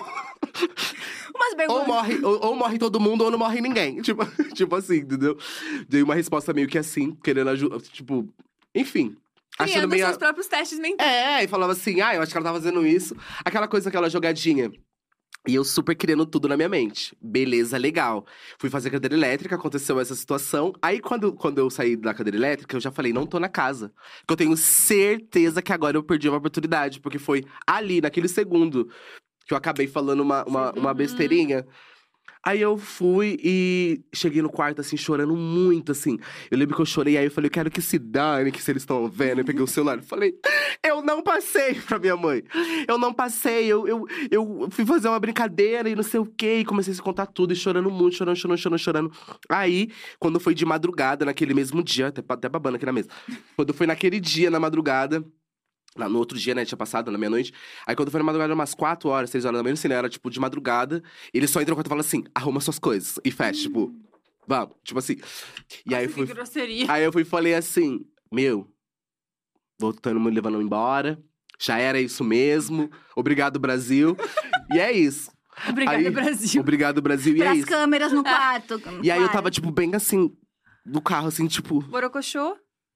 Umas perguntas. Ou morre todo mundo ou não morre ninguém. Tipo assim, entendeu? Dei uma resposta meio que assim, querendo ajudar. Tipo, enfim. Achando Criando meio. seus próprios testes mentais. E falava assim, eu acho que ela tá fazendo isso. Aquela coisa, aquela jogadinha. E eu super criando tudo na minha mente. Beleza, legal. Fui fazer cadeira elétrica, aconteceu essa situação. Aí, quando eu saí da cadeira elétrica, eu já falei, não tô na casa. Porque eu tenho certeza que agora eu perdi uma oportunidade. Porque foi ali, naquele segundo, que eu acabei falando uma besteirinha. Aí eu fui e cheguei no quarto, assim, chorando muito, assim. Eu lembro que eu chorei, aí eu falei, eu quero que se dane, que se eles estão vendo. Eu peguei o celular e falei, eu não passei pra minha mãe. Eu não passei, eu fui fazer uma brincadeira e não sei o quê. E comecei a se contar tudo, e chorando muito, chorando. Aí, quando foi de madrugada, naquele mesmo dia, até babando aqui na mesa. Quando foi naquele dia, na madrugada… No outro dia, né, tinha passado, na meia-noite. Aí quando foi na madrugada, umas 4 horas, 6 horas da manhã, assim, né, era tipo de madrugada. Ele só entra no quarto e fala assim, arruma suas coisas. E fecha, tipo, vamos, tipo assim. E aí, Nossa, que grosseria. aí eu fui e falei assim, voltando, me levando embora. Já era isso mesmo. Obrigado, Brasil. E é isso. Obrigada, Aí, Brasil. Obrigado, Brasil. E é Pras isso. câmeras no quarto. E aí eu Claro. tava, tipo, bem assim, do carro, assim, tipo… Borocochô.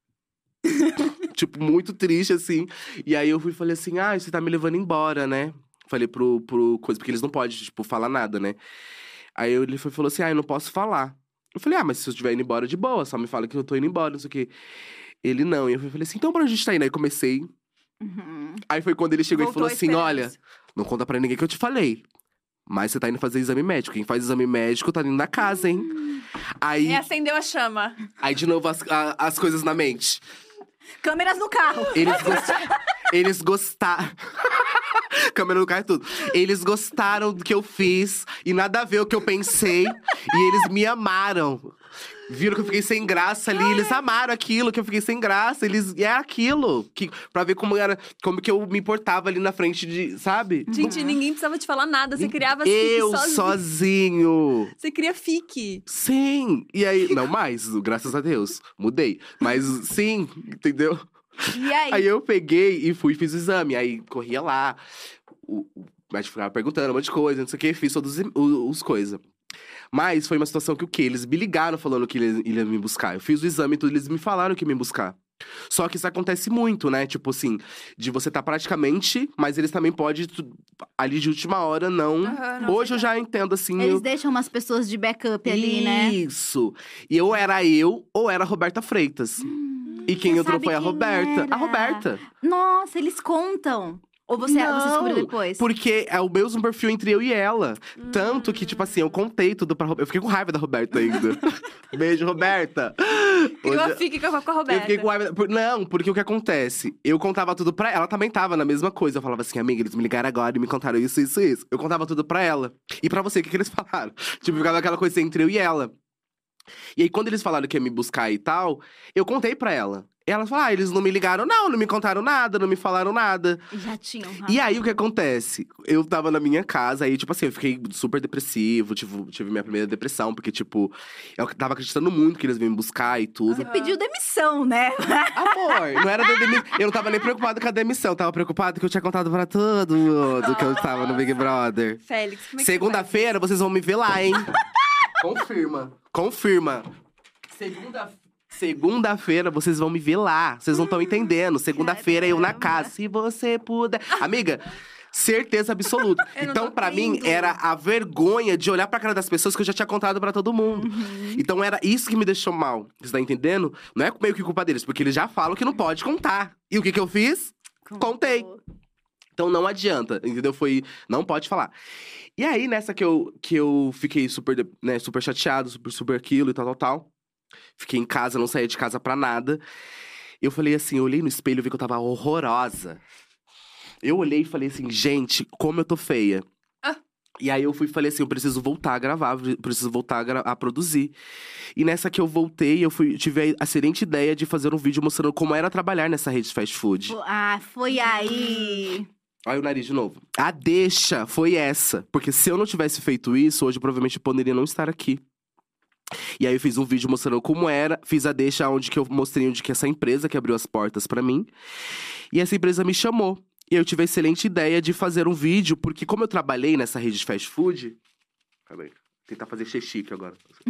Tipo, muito triste, assim. E aí eu fui e falei assim, você tá me levando embora, né? Falei pro coisa, porque eles não podem, tipo, falar nada, né? Aí ele falou assim, eu não posso falar. Eu falei, mas se eu estiver indo embora, de boa, só me fala que eu tô indo embora, não sei o quê. Ele não. E eu falei assim, então pra onde a gente tá indo? Aí comecei. Aí foi quando ele chegou Voltou e falou a assim, esperança. olha, não conta pra ninguém que eu te falei. Mas você tá indo fazer exame médico. Quem faz exame médico tá indo na casa, hein? Aí, Reacendeu a chama. aí de novo, as coisas na mente. Câmeras no carro. Eles gostaram. Câmera no carro e tudo. Eles gostaram do que eu fiz e nada a ver o que eu pensei. E eles me amaram. Viram que eu fiquei sem graça ali, eles amaram aquilo, que eu fiquei sem graça. E é aquilo. Pra ver como que eu me importava ali na frente de, sabe? Gente, ninguém precisava te falar nada. Você criava as fic Eu sozinho. Você cria fic. Sim. E aí, não mais, graças a Deus. Mudei. Mas sim, entendeu? E aí? Aí eu peguei e fiz o exame. Aí corria lá. O médico ficava perguntando um monte de coisa, não sei o que. Fiz todos os coisas. Mas foi uma situação que o quê? Eles me ligaram falando que eles iam me buscar. Eu fiz o exame e tudo, eles me falaram que iam me buscar. Só que isso acontece muito, né? Tipo assim, de você tá praticamente, mas eles também podem, ali de última hora, não. Não, Hoje eu já entendo, assim. Eles deixam umas pessoas de backup ali, né? Isso. E ou era eu, ou era a Roberta Freitas. E quem Você entrou sabe foi a quem Roberta. era? A Roberta. Nossa, eles contam. Ou você descobriu depois? Porque é o mesmo perfil entre eu e ela. Tanto que, tipo assim, eu contei tudo pra Roberta. Eu fiquei com raiva da Roberta ainda. Beijo, Roberta. Criou a fic com a Roberta. Eu fiquei com raiva. Não, porque o que acontece? Eu contava tudo pra ela. Ela também tava na mesma coisa. Eu falava assim, amiga, eles me ligaram agora e me contaram isso, isso, isso. Eu contava tudo pra ela. E pra você, o que eles falaram? Tipo, ficava aquela coisa entre eu e ela. E aí, quando eles falaram que ia me buscar e tal, eu contei pra ela. E ela falou, eles não me ligaram não me contaram nada, não me falaram nada. Já tinham. E aí, o que acontece? Eu tava na minha casa, aí, tipo assim, eu fiquei super depressivo. Tive minha primeira depressão, porque, tipo… Eu tava acreditando muito que eles vinham me buscar e tudo. Você pediu demissão, né? Amor, não era da demissão. Eu não tava nem preocupado com a demissão. Eu tava preocupado que eu tinha contado pra todo mundo que eu tava no Big Brother. Félix, como é que Segunda-feira, vocês vão me ver lá, hein? Confirma. Segunda-feira, vocês vão me ver lá. Vocês não estão entendendo. Segunda-feira, eu na casa. Se você puder… Amiga… Certeza absoluta. Eu não Então, tô pra mim, crendo. era a vergonha de olhar pra cara das pessoas que eu já tinha contado pra todo mundo. Então, era isso que me deixou mal. Você tá entendendo? Não é meio que culpa deles, porque eles já falam que não pode contar. E o que eu fiz? Contei. Então, não adianta, entendeu? Não pode falar. E aí, nessa que eu fiquei super, né, super chateado, super aquilo e tal. Fiquei em casa, não saía de casa pra nada. Eu falei assim, eu olhei no espelho e vi que eu tava horrorosa. Eu olhei e falei assim, gente, como eu tô feia. E aí eu falei assim, eu preciso voltar a gravar, preciso voltar a produzir. E nessa que eu voltei, tive a excelente ideia de fazer um vídeo mostrando como era trabalhar nessa rede de fast food. Foi aí. Olha o nariz de novo. A deixa foi essa. Porque se eu não tivesse feito isso, hoje provavelmente eu poderia não estar aqui. E aí eu fiz um vídeo mostrando como era. Fiz a deixa onde que eu mostrei onde que essa empresa que abriu as portas pra mim. E essa empresa me chamou. E eu tive a excelente ideia de fazer um vídeo. Porque como eu trabalhei nessa rede de fast food… Calma aí. Vou tentar fazer chique agora.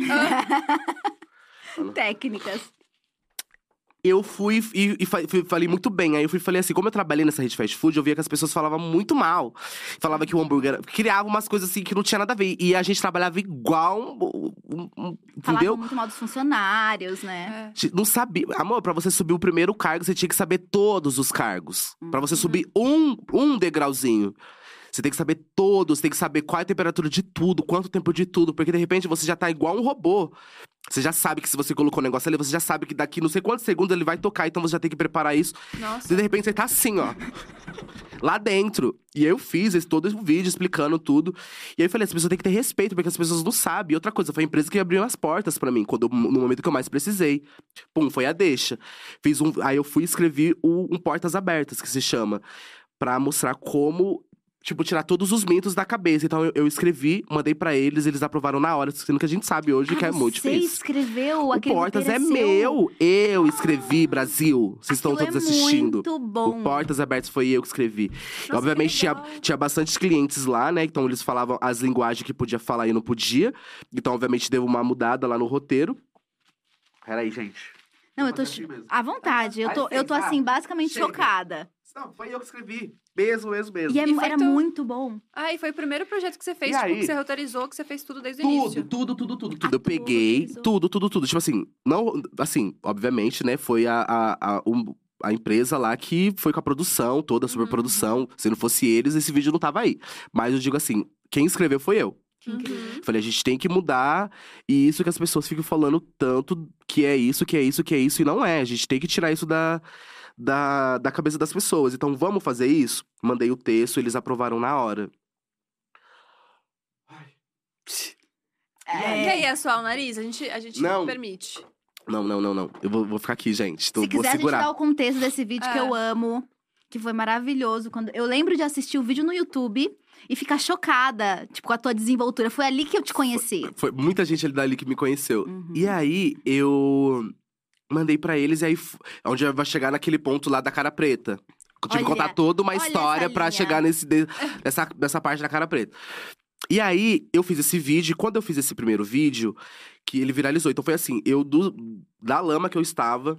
Técnicas. Eu fui e falei muito bem. Aí eu falei assim, como eu trabalhei nessa rede de fast food, eu via que as pessoas falavam muito mal. Falava que o hambúrguer… Criava umas coisas assim que não tinha nada a ver. E a gente trabalhava igual… entendeu? Falavam muito mal dos funcionários, né? Não sabia… Amor, pra você subir o primeiro cargo, você tinha que saber todos os cargos. Pra você subir um degrauzinho. Você tem que saber todos, tem que saber qual é a temperatura de tudo, quanto tempo de tudo. Porque, de repente, você já tá igual um robô. Você já sabe que se você colocou um negócio ali, você já sabe que daqui não sei quantos segundos ele vai tocar. Então, você já tem que preparar isso. Nossa. E, de repente, você tá assim, ó. Lá dentro. E eu fiz todo esse vídeo explicando tudo. E aí eu falei, as pessoas têm que ter respeito, porque as pessoas não sabem. E outra coisa, foi a empresa que abriu as portas pra mim, no momento que eu mais precisei. Pum, foi a deixa. Aí eu fui e escrevi um Portas Abertas, que se chama. Pra mostrar como… Tipo, tirar todos os mitos da cabeça. Então, eu escrevi, mandei pra eles aprovaram na hora. Sendo que a gente sabe hoje que é muito difícil. Você escreveu O aquele Portas é seu? meu! Eu escrevi, Brasil! Vocês estão Aquilo todos é assistindo. muito bom. O Portas Abertas foi eu que escrevi. Nossa, Obviamente, que legal. tinha bastantes clientes lá, né? Então, eles falavam as linguagens que podia falar e não podia. Então, obviamente, deu uma mudada lá no roteiro. Peraí, gente. Não, eu tô… Assim mesmo. À vontade. Eu tô assim, basicamente Chega. chocada. Não, foi eu que escrevi. Mesmo. E E foi era teu- muito bom. E foi o primeiro projeto que você fez, E tipo, aí? que você roteirizou, que você fez tudo desde o início. Tudo. Eu Tudo, peguei isso. tudo. Tipo assim, não… Assim, obviamente, né? Foi a empresa lá que foi com a produção, toda a superprodução. Se não fosse eles, esse vídeo não tava aí. Mas eu digo assim, quem escreveu foi eu. Que incrível. Falei, a gente tem que mudar. E isso que as pessoas ficam falando tanto que é isso. E não é. A gente tem que tirar isso da cabeça das pessoas. Então, vamos fazer isso? Mandei o texto, eles aprovaram na hora. E aí, é só o nariz? A gente Não. permite. Não. Eu vou ficar aqui, gente. Se Vou quiser, a gente segurar. dá o contexto desse vídeo que eu amo. Que foi maravilhoso. Eu lembro de assistir o vídeo no YouTube e ficar chocada, tipo, com a tua desenvoltura. Foi ali que eu te conheci. Foi muita gente ali dali que me conheceu. Uhum. E aí, eu mandei pra eles, e aí, onde vai chegar naquele ponto lá da cara preta. Eu tive que Olha, contar toda uma olha história essa pra linha. chegar nessa parte da cara preta. E aí, eu fiz esse vídeo, e quando eu fiz esse primeiro vídeo, que ele viralizou. Então foi assim, da lama que eu estava,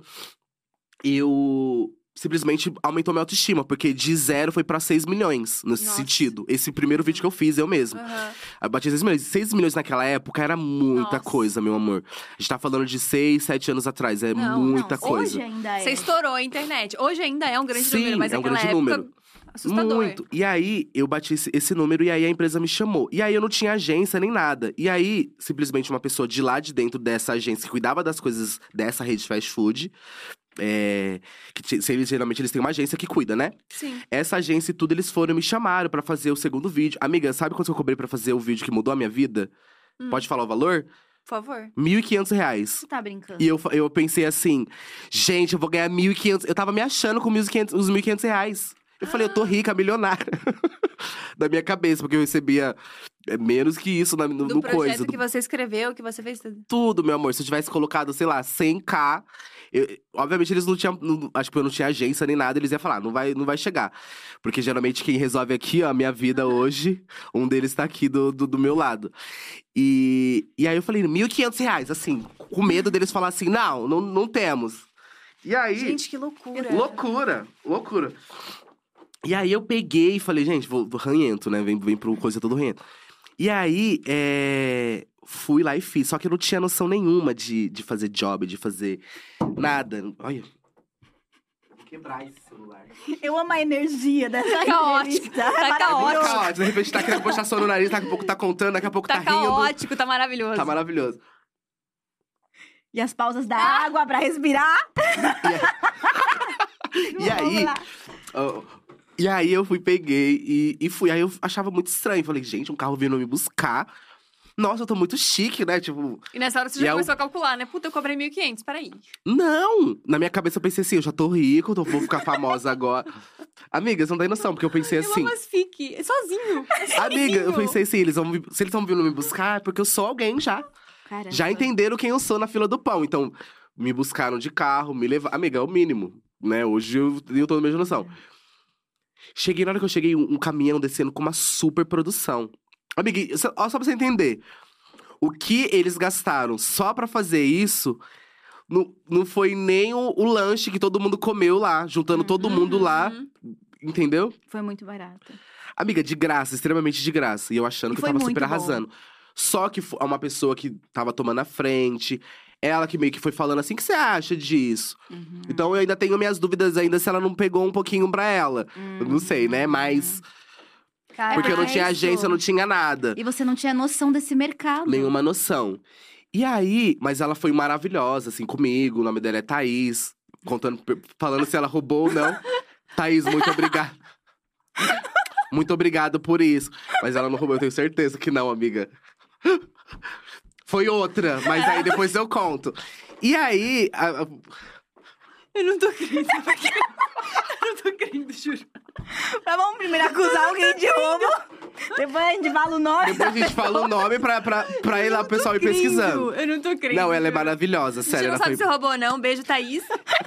eu simplesmente aumentou minha autoestima. Porque de 0 foi pra 6 milhões, nesse Nossa. sentido. Esse primeiro vídeo que eu fiz, eu mesmo. Aham. Eu bati 6 milhões. 6 milhões naquela época era muita Nossa. coisa, meu amor. A gente tá falando de 6, 7 anos atrás. É Não, muita não. coisa. Hoje ainda é. Você estourou a internet. Hoje ainda é um grande Sim, número, mas é um naquela grande época, número. assustador. Muito. E aí, eu bati esse número e aí a empresa me chamou. E aí, eu não tinha agência nem nada. E aí, simplesmente uma pessoa de lá de dentro dessa agência que cuidava das coisas dessa rede fast food… geralmente eles têm uma agência que cuida, né? Sim. Essa agência e tudo, eles foram e me chamaram pra fazer o segundo vídeo. Amiga, sabe quanto eu cobrei pra fazer o vídeo que mudou a minha vida? Pode falar o valor? Por favor. R$1.500. Você tá brincando. E eu pensei assim, gente, eu vou ganhar 1.500. Eu tava me achando com os R$1.500. Eu falei, eu tô rica, milionária. Da minha cabeça, porque eu recebia menos que isso no Do projeto coisa. que você escreveu, que você fez tudo. Tudo, meu amor. Se eu tivesse colocado, sei lá, 100k… obviamente, eles não tinham… acho que eu não tinha agência nem nada. Eles iam falar, não vai chegar. Porque, geralmente, quem resolve aqui, ó, a minha vida hoje… Um deles tá aqui do meu lado. E aí, eu falei, R$1.500. Assim, com medo deles falar assim, não temos. E aí… Gente, que loucura. Loucura. E aí, eu peguei e falei, gente, vou ranhento, né? Vem pro coisa todo ranhento. E aí, fui lá e fiz. Só que eu não tinha noção nenhuma de fazer job, de fazer nada. Olha. Vou quebrar esse celular. Eu amo a energia dessa Tá caótico. entrevista. Tá É caótico. Ó, de repente tá querendo puxar só no nariz, daqui a pouco tá contando, daqui a pouco tá rindo. caótico, tá maravilhoso. Tá maravilhoso. E as pausas da água pra respirar. E aí… ó, e aí, eu peguei e fui. Aí, eu achava muito estranho. Falei, gente, um carro vindo me buscar. Nossa, eu tô muito chique, né? Tipo… E nessa hora você E já eu- começou a calcular, né? Puta, eu cobrei 1.500, peraí. Não! Na minha cabeça, eu pensei assim, eu já tô rico, vou ficar famosa agora. Amiga, você não tem noção, porque eu pensei Eu assim… amo as fique. Sozinho. Amiga, eu pensei assim, se eles estão vindo me buscar, é porque eu sou alguém já. Caramba. Já entenderam quem eu sou na fila do pão. Então, me buscaram de carro, me levaram… Amiga, é o mínimo, né? Hoje eu tô na mesma noção. Cheguei, na hora que eu cheguei, um caminhão descendo com uma super produção. Amiga, só pra você entender. O que eles gastaram só pra fazer isso… Não foi nem o lanche que todo mundo comeu lá. Juntando todo mundo lá, entendeu? Foi muito barato. Amiga, de graça, extremamente de graça. E eu achando E que eu foi tava muito super bom. arrasando. Só que é uma pessoa que tava tomando a frente. Ela que meio que foi falando assim, o que você acha disso? Então eu ainda tenho minhas dúvidas ainda se ela não pegou um pouquinho pra ela. Eu não sei, né? Mas… Cara, Porque eu não tinha isso. agência, eu não tinha nada. E você não tinha noção desse mercado. Nenhuma noção. E aí, mas ela foi maravilhosa, assim, comigo. O nome dela é Thaís. Falando se ela roubou ou não. Thaís, muito obrigada. Muito obrigado por isso. Mas ela não roubou, eu tenho certeza que não, amiga. Foi outra, mas aí depois eu conto. E aí… Eu não tô crendo. Eu não tô crendo, juro. Mas vamos primeiro acusar alguém de roubo. Depois a gente fala o nome. Depois a gente fala o nome pra ir lá o pessoal ir pesquisando. Eu não tô crendo. Não, ela é juro. maravilhosa, A gente sério. não Ela sabe foi… se roubou ou não. Beijo, Thaís.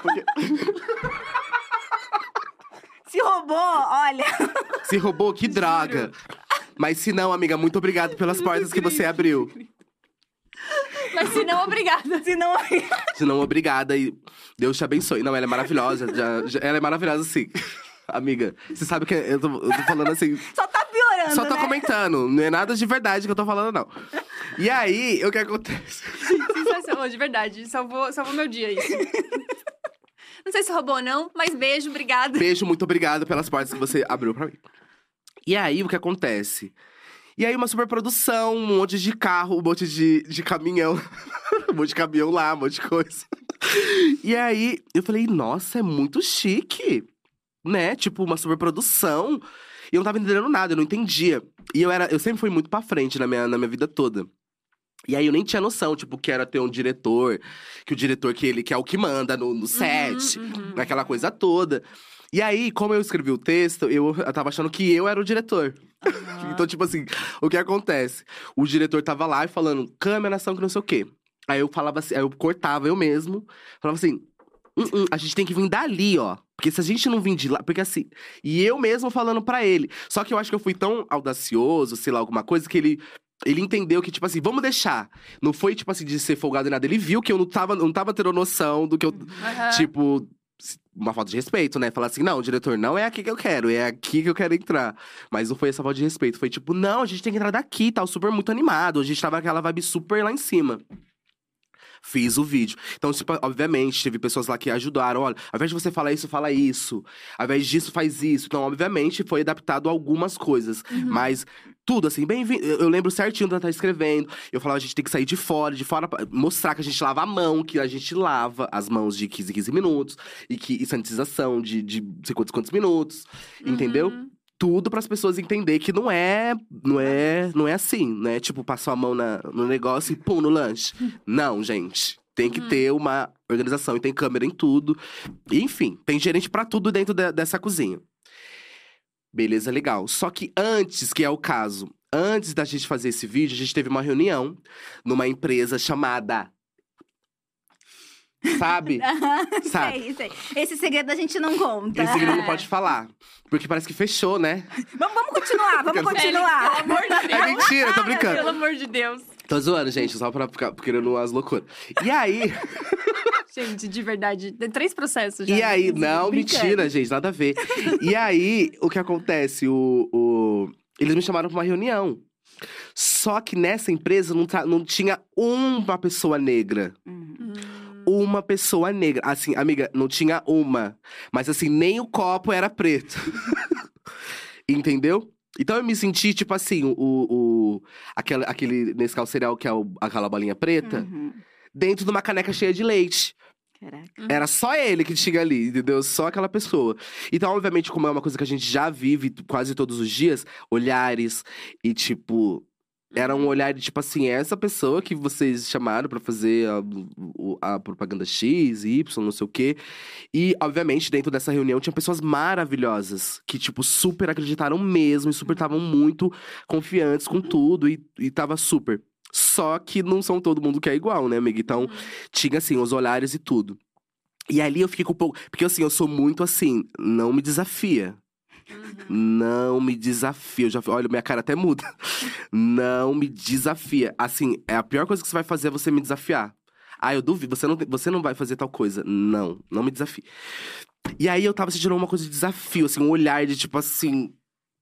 Se roubou, olha. Se roubou, que droga. Mas se não, amiga, muito obrigado pelas portas que você abriu. Mas se não, obrigada. Se não… Se não, obrigada e Deus te abençoe. Não, ela é maravilhosa. Ela é maravilhosa, sim. Amiga, você sabe que eu tô falando assim… Só tá piorando, Só tô né? comentando, não é nada de verdade que eu tô falando, não. E aí, o que acontece? Sensacional, de verdade. Salvou meu dia isso. Não sei se roubou ou não, mas beijo, obrigada. Beijo, muito obrigado pelas portas que você abriu pra mim. E aí, o que acontece? E aí, uma super produção, um monte de carro, um monte de caminhão. Um monte de caminhão lá, um monte de coisa. E aí, eu falei, nossa, é muito chique. Né? Tipo, uma super produção. E eu não tava entendendo nada, eu não entendia. E eu sempre fui muito pra frente na minha vida toda. E aí eu nem tinha noção, tipo, que era ter um diretor, que o diretor que é o que manda no set, naquela coisa toda. E aí, como eu escrevi o texto, eu tava achando que eu era o diretor. Então, tipo assim, o que acontece? O diretor tava lá e falando, câmera, ação, que não sei o quê. Aí eu falava assim, aí eu cortava eu mesmo, falava assim, a gente tem que vir dali, ó. Porque se a gente não vir de lá, porque assim… E eu mesmo falando pra ele. Só que eu acho que eu fui tão audacioso, sei lá, alguma coisa, que ele entendeu que, tipo assim, vamos deixar. Não foi, tipo assim, de ser folgado em nada. Ele viu que eu não tava tendo noção do que eu… Tipo… Uma falta de respeito, né? Falar assim, não, diretor, não é aqui que eu quero, é aqui que eu quero entrar. Mas não foi essa falta de respeito, foi tipo, não, a gente tem que entrar daqui, tal, super muito animado. A gente tava aquela vibe super lá em cima. Fiz o vídeo. Então, tipo, obviamente, teve pessoas lá que ajudaram. Olha, ao invés de você falar isso, fala isso. Ao invés disso, faz isso. Então, obviamente, foi adaptado a algumas coisas. Mas tudo, assim, bem-vindo. Eu lembro certinho de eu estar escrevendo. Eu falava, a gente tem que sair de fora, mostrar que a gente lava a mão, que a gente lava as mãos de 15 minutos. E sanitização de sei quantos minutos. Entendeu? Tudo para as pessoas entenderem que não é assim, né? Tipo, passou a mão no negócio e pum, no lanche. Não, gente. Tem que ter uma organização e tem câmera em tudo. E, enfim, tem gerente para tudo dentro dessa cozinha. Beleza, legal. Só que antes, que é o caso, antes da gente fazer esse vídeo, a gente teve uma reunião numa empresa chamada… Sabe? Sabe? Sei. Esse segredo a gente não conta. Esse segredo não pode falar. Porque parece que fechou, né? Vamos continuar, vamos continuar. Pelo amor de Deus. É mentira, tô brincando. Pelo amor de Deus. Tô zoando, gente, só pra ficar querendo umas loucuras. E aí… Gente, de verdade, tem 3 processos já. E aí, inclusive, não, brincando. mentira, gente, nada a ver. E aí, o que acontece? Eles me chamaram pra uma reunião. Só que nessa empresa não tinha uma pessoa negra. Uma pessoa negra. Assim, amiga, não tinha uma. Mas assim, nem o copo era preto. Entendeu? Então eu me senti, tipo assim, aquele Nescau cereal, que é aquela bolinha preta, dentro de uma caneca cheia de leite. Caraca. Era só ele que tinha ali, entendeu? Só aquela pessoa. Então, obviamente, como é uma coisa que a gente já vive quase todos os dias, olhares e, tipo… Era um olhar de, tipo assim, essa pessoa que vocês chamaram pra fazer a propaganda X, Y, não sei o quê. E, obviamente, dentro dessa reunião tinha pessoas maravilhosas. Que, tipo, super acreditaram mesmo. E super estavam muito confiantes com tudo. E tava super. Só que não são todo mundo que é igual, né, amiga? Então, tinha, assim, os olhares e tudo. E ali eu fiquei com um pouco… Porque, assim, eu sou muito, assim, não me desafia. Não me desafia. Olha, minha cara até muda. Não me desafia. Assim, a pior coisa que você vai fazer é você me desafiar. Ah, eu duvido. Você não vai fazer tal coisa. Não me desafie. E aí eu tava sentindo uma coisa de desafio, assim, um olhar de tipo assim…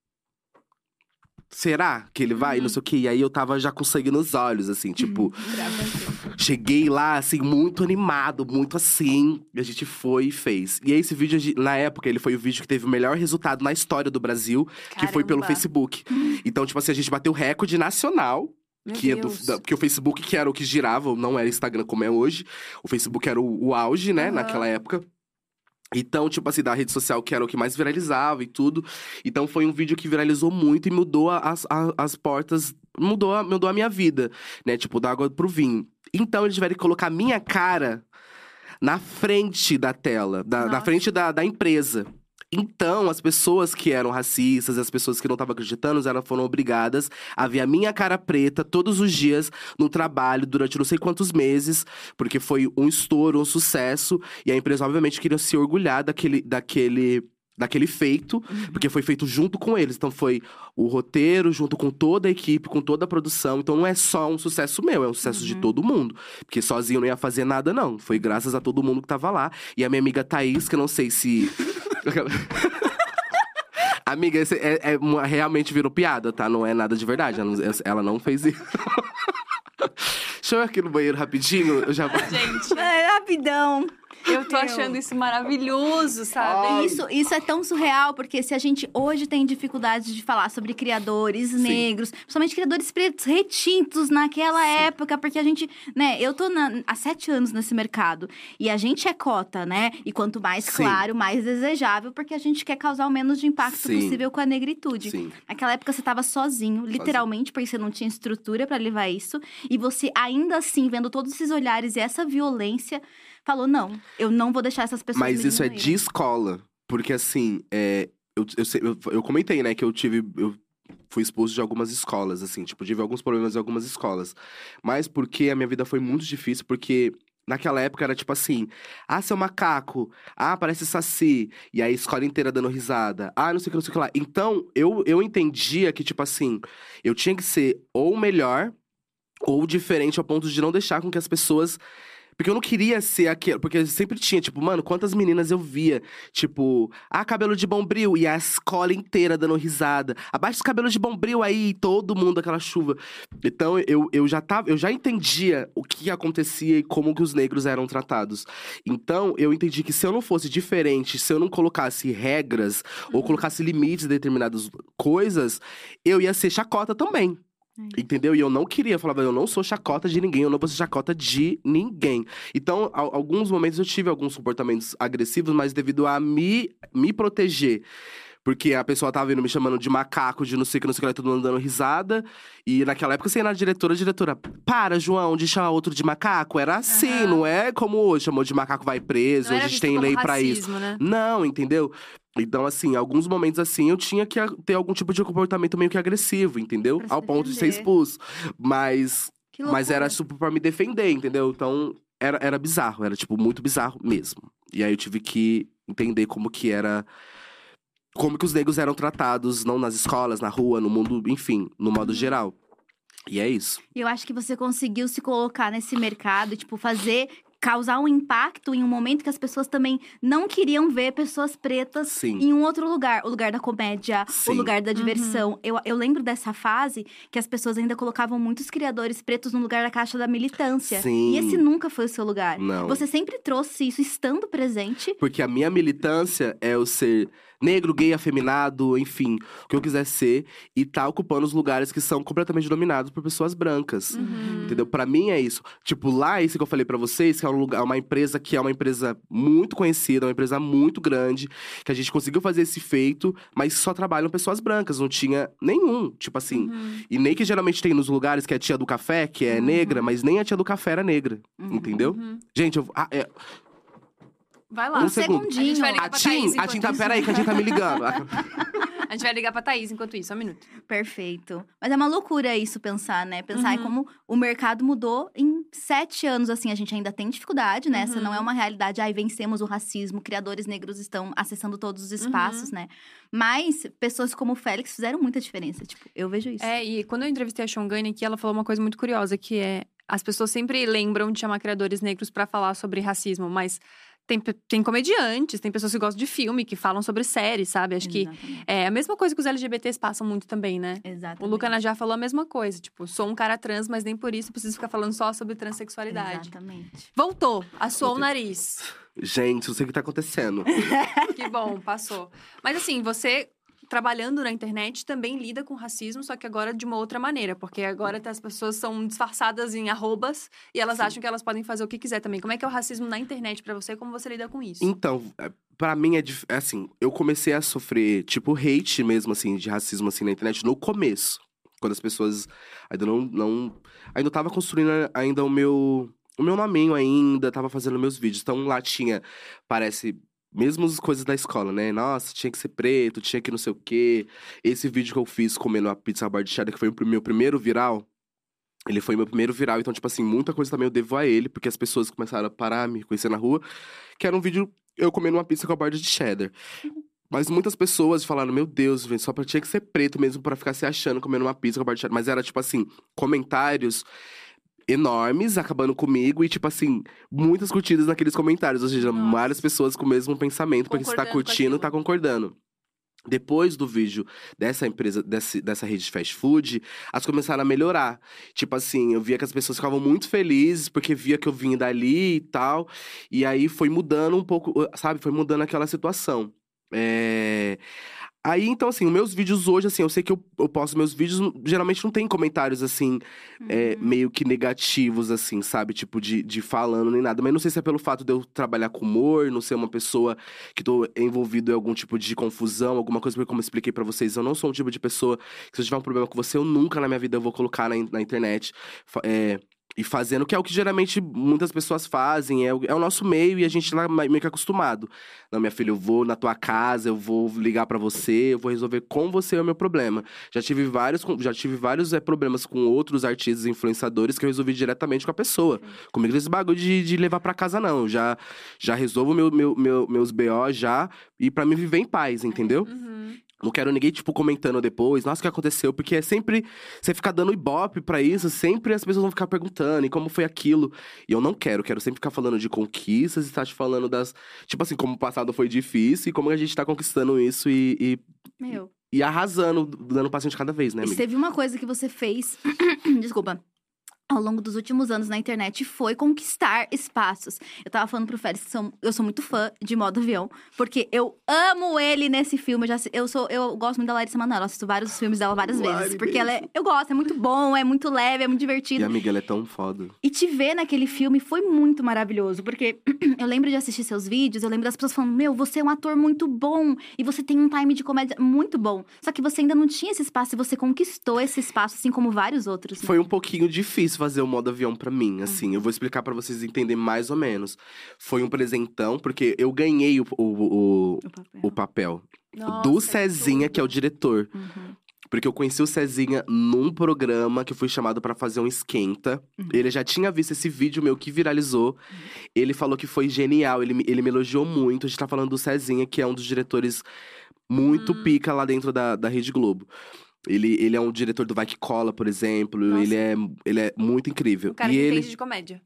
Será que ele vai? Não sei o quê. E aí eu tava já com sangue nos olhos, assim, tipo… Cheguei lá, assim, muito animado, muito assim. E a gente foi e fez. E aí esse vídeo, na época, ele foi o vídeo que teve o melhor resultado na história do Brasil. Que foi pelo Facebook. Então, tipo assim, a gente bateu recorde nacional. Porque o Facebook, que era o que girava, não era Instagram como é hoje. O Facebook era o auge, né, naquela época. Então, tipo assim, da rede social que era o que mais viralizava e tudo. Então, foi um vídeo que viralizou muito e mudou as portas… Mudou a minha vida, né? Tipo, da água pro vinho. Então, eles tiveram que colocar a minha cara na frente da tela. Na frente da empresa. Então, as pessoas que eram racistas, as pessoas que não estavam acreditando, elas foram obrigadas a ver a minha cara preta todos os dias no trabalho, durante não sei quantos meses. Porque foi um estouro, um sucesso. E a empresa, obviamente, queria se orgulhar daquele feito, porque foi feito junto com eles. Então, foi o roteiro, junto com toda a equipe, com toda a produção. Então, não é só um sucesso meu, é um sucesso de todo mundo. Porque sozinho eu não ia fazer nada, não. Foi graças a todo mundo que tava lá. E a minha amiga Thaís, que eu não sei se… Amiga, realmente virou piada, tá? Não é nada de verdade. Ela não fez isso. Deixa eu ir aqui no banheiro rapidinho. Eu já vou… Gente, Rapidão. Eu tô achando isso maravilhoso, sabe? Isso é tão surreal, porque se a gente hoje tem dificuldade de falar sobre criadores negros, principalmente criadores pretos retintos naquela época, porque a gente, né, eu tô há 7 anos nesse mercado, e a gente é cota, né? E quanto mais claro, mais desejável, porque a gente quer causar o menos de impacto possível com a negritude. Naquela época você tava sozinho, literalmente, porque você não tinha estrutura pra levar isso, e você ainda assim, vendo todos esses olhares e essa violência, falou, não, eu não vou deixar essas pessoas Mas me isso é diminuírem. de escola. Porque assim, eu comentei, né, que eu fui expulso de algumas escolas, assim. Tipo, tive alguns problemas em algumas escolas. Mas porque a minha vida foi muito difícil, porque… Naquela época era tipo assim, seu macaco, parece saci. E aí a escola inteira dando risada. Não sei o que, não sei o que lá. Então, eu entendia que, tipo assim, eu tinha que ser ou melhor ou diferente ao ponto de não deixar com que as pessoas… Porque eu não queria ser aquele… Porque sempre tinha, tipo, mano, quantas meninas eu via, tipo… cabelo de bombril, e a escola inteira dando risada. Abaixa os cabelos de bombril aí, todo mundo, aquela chuva. Então, eu já entendia o que acontecia e como que os negros eram tratados. Então, eu entendi que se eu não fosse diferente, se eu não colocasse regras, ou colocasse limites em determinadas coisas, eu ia ser chacota também. Entendeu? E eu não queria, eu falava, eu não sou chacota de ninguém, eu não vou ser chacota de ninguém. Então, alguns momentos eu tive alguns comportamentos agressivos, mas devido a me proteger. Porque a pessoa tava vindo me chamando de macaco, de não sei o que, todo mundo dando risada. E naquela época, você ia na diretora, para, João, de chamar outro de macaco. Era assim, não é como hoje, chamou de macaco, vai preso, Não a gente tem lei pra isso. Né? Não, entendeu? Então, assim, alguns momentos assim, eu tinha que ter algum tipo de comportamento meio que agressivo, entendeu? Ao ponto de ser expulso. Mas era super pra me defender, entendeu? Então, era bizarro, era, tipo, muito bizarro mesmo. E aí eu tive que entender como que era… Como que os negros eram tratados, não nas escolas, na rua, no mundo, enfim, no modo geral. E é isso. E eu acho que você conseguiu se colocar nesse mercado, tipo, causar um impacto em um momento que as pessoas também não queriam ver pessoas pretas em um outro lugar. O lugar da comédia, o lugar da diversão. Eu lembro dessa fase que as pessoas ainda colocavam muitos criadores pretos no lugar da caixa da militância. Sim. E esse nunca foi o seu lugar. Não. Você sempre trouxe isso estando presente. Porque a minha militância é eu ser negro, gay, afeminado, enfim, o que eu quiser ser. E tá ocupando os lugares que são completamente dominados por pessoas brancas. Entendeu? Pra mim é isso. Tipo, lá, isso que eu falei pra vocês, que é um lugar, uma empresa que é uma empresa muito conhecida, uma empresa muito grande, que a gente conseguiu fazer esse feito, mas só trabalham pessoas brancas, não tinha nenhum, tipo assim. E nem que geralmente tem nos lugares que é a tia do café, que é negra, mas nem a tia do café era negra, entendeu? Gente, vai lá. Um segundinho. A gente vai ligar pra Thaís enquanto isso. Peraí, que a gente tá me ligando. A gente vai ligar pra Thaís enquanto isso, só um minuto. Perfeito. Mas é uma loucura isso pensar, né? Pensar em como o mercado mudou em 7 anos, assim. A gente ainda tem dificuldade, né? Essa não é uma realidade. Vencemos o racismo, criadores negros estão acessando todos os espaços, né? Mas pessoas como o Félix fizeram muita diferença. Tipo, eu vejo isso. E quando eu entrevistei a Shongani aqui, ela falou uma coisa muito curiosa, que é… As pessoas sempre lembram de chamar criadores negros pra falar sobre racismo, mas… Tem comediantes, tem pessoas que gostam de filme, que falam sobre séries, sabe? Acho que é a mesma coisa que os LGBTs passam muito também, né? Exatamente. O Luca Najá falou a mesma coisa. Tipo, sou um cara trans, mas nem por isso preciso ficar falando só sobre transexualidade. Exatamente. Voltou, assoou o nariz. Gente, não sei o que tá acontecendo. Que bom, passou. Mas assim, você… Trabalhando na internet também lida com racismo, só que agora de uma outra maneira. Porque agora as pessoas são disfarçadas em arrobas e elas acham que elas podem fazer o que quiser também. Como é que é o racismo na internet pra você? Como você lida com isso? Então, pra mim é assim, eu comecei a sofrer, tipo, hate mesmo, assim, de racismo, assim, na internet no começo. Quando as pessoas ainda ainda tava construindo ainda o meu nominho ainda, tava fazendo meus vídeos. Então lá tinha, parece… Mesmo as coisas da escola, né? Nossa, tinha que ser preto, tinha que não sei o quê. Esse vídeo que eu fiz comendo a pizza à borda de cheddar, que foi o meu primeiro viral. Ele foi meu primeiro viral, então, tipo assim, muita coisa também eu devo a ele. Porque as pessoas começaram a parar, me conhecer na rua. Que era um vídeo eu comendo uma pizza com a borda de cheddar. Mas muitas pessoas falaram, meu Deus, gente, só tinha que ser preto mesmo pra ficar se achando comendo uma pizza com a borda de cheddar. Mas era, tipo assim, comentários… enormes, acabando comigo. E, tipo assim, muitas curtidas naqueles comentários. Ou seja, várias pessoas com o mesmo pensamento. Porque você tá curtindo, tá concordando. Depois do vídeo dessa empresa, dessa rede de fast food, as começaram a melhorar. Tipo assim, eu via que as pessoas ficavam muito felizes, porque via que eu vinha dali e tal. E aí foi mudando um pouco, sabe? Foi mudando aquela situação. Aí, então, assim, os meus vídeos hoje, assim, eu sei que eu posto meus vídeos, geralmente não tem comentários, assim, meio que negativos, assim, sabe? Tipo, de falando nem nada. Mas não sei se é pelo fato de eu trabalhar com humor, não ser uma pessoa que tô envolvido em algum tipo de confusão, alguma coisa, porque como eu expliquei pra vocês, eu não sou um tipo de pessoa que se eu tiver um problema com você, eu nunca na minha vida eu vou colocar na internet. E fazendo, que é o que geralmente muitas pessoas fazem, é o nosso meio e a gente tá meio que acostumado. Não, minha filha, eu vou na tua casa, eu vou ligar pra você, eu vou resolver com você o meu problema. Já tive vários problemas com outros artistas e influenciadores que eu resolvi diretamente com a pessoa. Comigo esse bagulho de levar pra casa, não. Já resolvo meus BO já, e pra mim viver em paz, entendeu? Não quero ninguém, tipo, comentando depois, nossa, o que aconteceu? Porque é sempre, você ficar dando ibope pra isso, sempre as pessoas vão ficar perguntando, e como foi aquilo? E eu não quero sempre ficar falando de conquistas e estar te falando das… Tipo assim, como o passado foi difícil e como a gente tá conquistando isso e arrasando, dando um passinho de cada vez, né, amiga? E teve uma coisa que você fez… Desculpa. Ao longo dos últimos anos na internet, foi conquistar espaços. Eu tava falando pro Félix que eu sou muito fã de Modo Avião, porque eu amo ele nesse filme. Eu gosto muito da Larissa Manoela, eu assisto vários filmes dela várias vezes. Porque eu gosto, é muito bom, é muito leve, é muito divertido. E amiga, ela é tão foda. E te ver naquele filme foi muito maravilhoso, porque eu lembro de assistir seus vídeos, eu lembro das pessoas falando, meu, você é um ator muito bom, e você tem um time de comédia muito bom. Só que você ainda não tinha esse espaço, e você conquistou esse espaço, assim como vários outros. Né? Foi um pouquinho difícil fazer o Modo Avião pra mim, assim. Eu vou explicar pra vocês entenderem mais ou menos. Foi um presentão, porque eu ganhei o papel Nossa, do Cezinha, que é o diretor. Porque eu conheci o Cezinha num programa que eu fui chamado pra fazer um esquenta. Ele já tinha visto esse vídeo meu que viralizou. Ele falou que foi genial, ele me elogiou muito. A gente tá falando do Cezinha, que é um dos diretores muito pica lá dentro da Rede Globo. Ele é um diretor do Vai Que Cola, por exemplo. Nossa. Ele é muito incrível. O cara e que ele entende de comédia.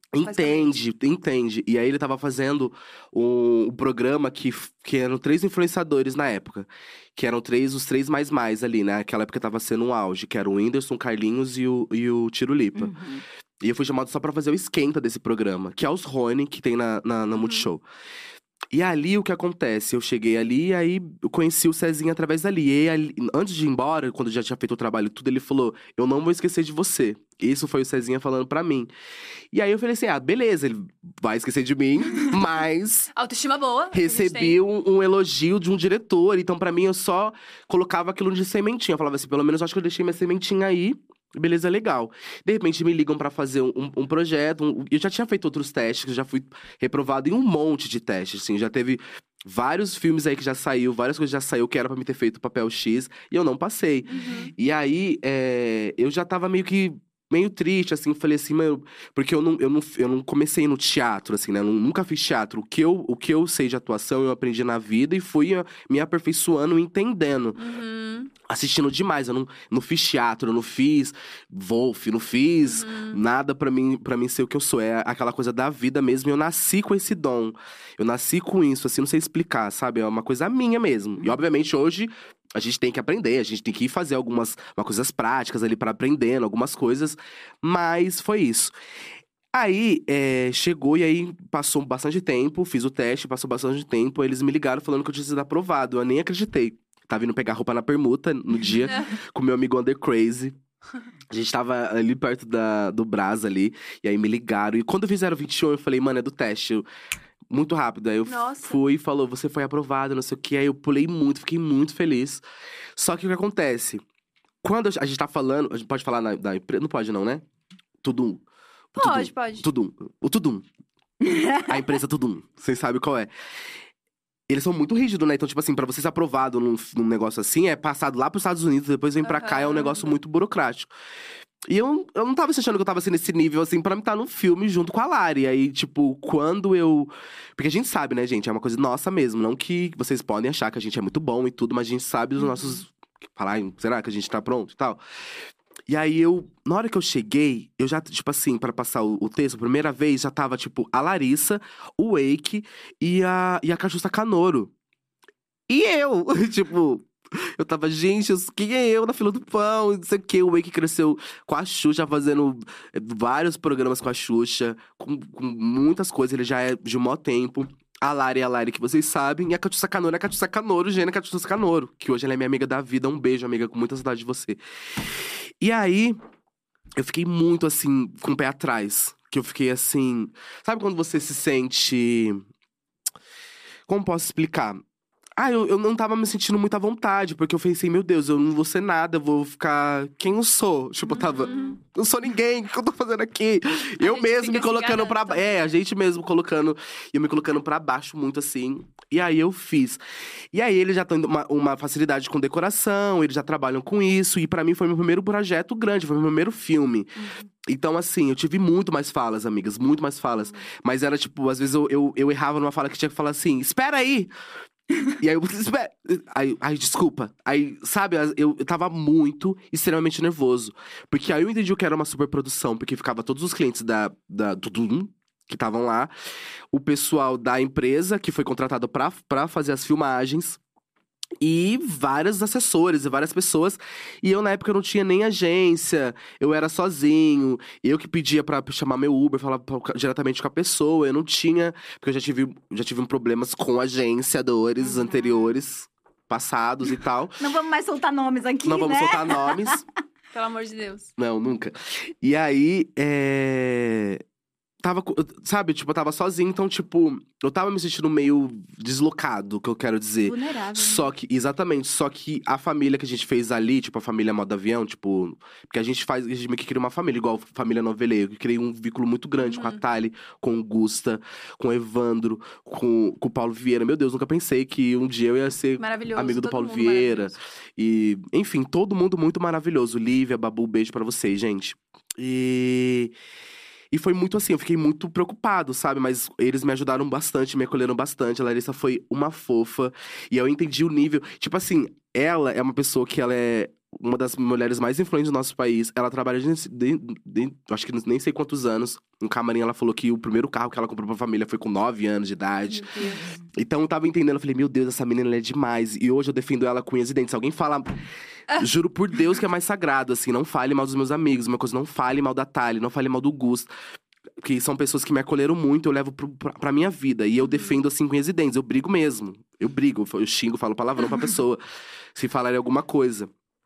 entende. E aí ele tava fazendo um programa que eram 3 influenciadores na época. Que eram os 3 mais ali, né? Naquela época tava sendo um auge. Que era o Whindersson, Carlinhos e o Tiro Lipa. E eu fui chamado só pra fazer o esquenta desse programa. Que é os Rony, que tem na Multishow. E ali, o que acontece? Eu cheguei ali e aí eu conheci o Cezinha através dali. E aí, antes de ir embora, quando já tinha feito o trabalho e tudo, ele falou, eu não vou esquecer de você. Isso foi o Cezinha falando pra mim. E aí eu falei assim, beleza, ele vai esquecer de mim, mas… Autoestima boa. Recebi um elogio de um diretor. Então, pra mim, eu só colocava aquilo de sementinha. Eu falava assim, pelo menos eu acho que eu deixei minha sementinha aí. Beleza, legal. De repente me ligam pra fazer um projeto. Eu já tinha feito outros testes, já fui reprovado em um monte de testes, assim. Já teve vários filmes aí que já saiu, várias coisas já saiu que era pra me ter feito o papel X. E eu não passei. E aí, eu já tava meio triste, assim, falei assim, mano, porque eu não comecei no teatro, assim, né? Eu nunca fiz teatro. O que eu sei de atuação, eu aprendi na vida e fui me aperfeiçoando, entendendo. Assistindo demais, eu não fiz teatro, eu não fiz Wolf, não fiz nada pra mim ser o que eu sou. É aquela coisa da vida mesmo, eu nasci com esse dom. Eu nasci com isso, assim, não sei explicar, sabe? É uma coisa minha mesmo. E, obviamente, hoje… A gente tem que aprender, a gente tem que ir fazer algumas coisas práticas ali pra aprendendo, algumas coisas. Mas foi isso. Aí, chegou e aí passou bastante tempo, fiz o teste, passou bastante tempo. Aí eles me ligaram falando que eu tinha sido aprovado. Eu nem acreditei. Tava indo pegar roupa na permuta no dia com meu amigo Under Crazy. A gente tava ali perto do Brás ali. E aí me ligaram. E quando fizeram 21, eu falei, mano, é do teste. Muito rápido. Aí eu fui e falou, você foi aprovado, não sei o quê. Aí eu pulei muito, fiquei muito feliz. Só que o que acontece? Quando a gente tá falando… A gente pode falar da empresa? Não pode não, né? Tudum. Pode. Tudum. O Tudum. A empresa Tudum. Vocês sabem qual é. Eles são muito rígidos, né? Então, tipo assim, pra você ser aprovado num negócio assim… É passado lá pros Estados Unidos, depois vem pra cá. É um negócio muito burocrático. E eu não tava achando que eu tava assim nesse nível, assim, pra me estar no filme junto com a Lari. Aí, tipo, quando eu… Porque a gente sabe, né, gente? É uma coisa nossa mesmo. Não que vocês podem achar que a gente é muito bom e tudo, mas a gente sabe dos nossos… Falar, será que a gente tá pronto e tal? E aí, na hora que eu cheguei, eu já, tipo assim, pra passar o texto, a primeira vez, já tava, tipo, a Larissa, o Wake e a Cajusta Canoro. E eu, tipo… Eu tava, gente, quem é eu na fila do pão? Não sei o quê. O Wake cresceu com a Xuxa, fazendo vários programas com a Xuxa, com muitas coisas. Ele já é de um maior tempo. A Lari, que vocês sabem. E a Catiúcia Canoro é a Catiúcia Canoro, Gênia Catiúcia Canoro. Que hoje ela é minha amiga da vida. Um beijo, amiga, com muita saudade de você. E aí, eu fiquei muito, assim, com o pé atrás. Que eu fiquei, assim… Sabe quando você se sente… Como posso explicar? Eu não tava me sentindo muito à vontade, porque eu pensei, meu Deus, eu não vou ser nada, eu vou ficar… Quem eu sou? Tipo, eu tava… Não sou ninguém, o que eu tô fazendo aqui? Eu mesmo me colocando pra baixo. A gente mesmo colocando… Eu me colocando pra baixo muito, assim. E aí, eu fiz. E aí, eles já têm uma facilidade com decoração, eles já trabalham com isso. E pra mim, foi meu primeiro projeto grande, foi meu primeiro filme. Então, assim, eu tive muito mais falas, amigas, muito mais falas. Mas era, tipo, às vezes eu errava numa fala que tinha que falar assim, espera aí! E aí eu espera. Aí, desculpa. Aí, sabe, eu tava extremamente nervoso. Porque aí eu entendi o que era uma superprodução. Porque ficava todos os clientes da Tudum, que estavam lá. O pessoal da empresa, que foi contratado pra fazer as filmagens. E vários assessores e várias pessoas. E eu, na época, não tinha nem agência. Eu era sozinho. Eu que pedia pra chamar meu Uber, falar diretamente com a pessoa. Eu não tinha… Porque eu já tive problemas com agenciadores anteriores, passados e tal. Não vamos mais soltar nomes aqui, Não vamos né? soltar nomes. Pelo amor de Deus. Não, nunca. E aí, sabe, tipo, eu tava sozinho, então, tipo… Eu tava me sentindo meio deslocado, o que eu quero dizer. Vulnerável. Exatamente. Só que a família que a gente fez ali, tipo, a família Modo Avião, tipo… Porque a gente meio que cria uma família, igual a família Noveleiro. Eu criei um vínculo muito grande com a Thali, com o Gusta, com o Evandro, com o Paulo Vieira. Meu Deus, nunca pensei que um dia eu ia ser amigo do Paulo Vieira. E, enfim, todo mundo muito maravilhoso. Lívia, Babu, beijo pra vocês, gente. E foi muito assim, eu fiquei muito preocupado, sabe? Mas eles me ajudaram bastante, me acolheram bastante. A Larissa foi uma fofa. E eu entendi o nível… Tipo assim, ela é uma pessoa que ela é uma das mulheres mais influentes do nosso país. Ela trabalha acho que nem sei quantos anos. No camarim, ela falou que o primeiro carro que ela comprou pra família foi com 9 anos de idade. Então, eu tava entendendo. Eu falei, meu Deus, essa menina ela é demais. E hoje eu defendo ela com unhas e dentes. Se alguém fala… Juro por Deus que é mais sagrado, assim. Não fale mal dos meus amigos. Uma coisa, não fale mal da Thali. Não fale mal do Gusto. Que são pessoas que me acolheram muito. Eu levo pra minha vida. E eu defendo, assim, com unhas e dentes. Eu brigo mesmo. Eu brigo. Eu xingo, falo palavrão pra pessoa. Se falarem alguma coisa.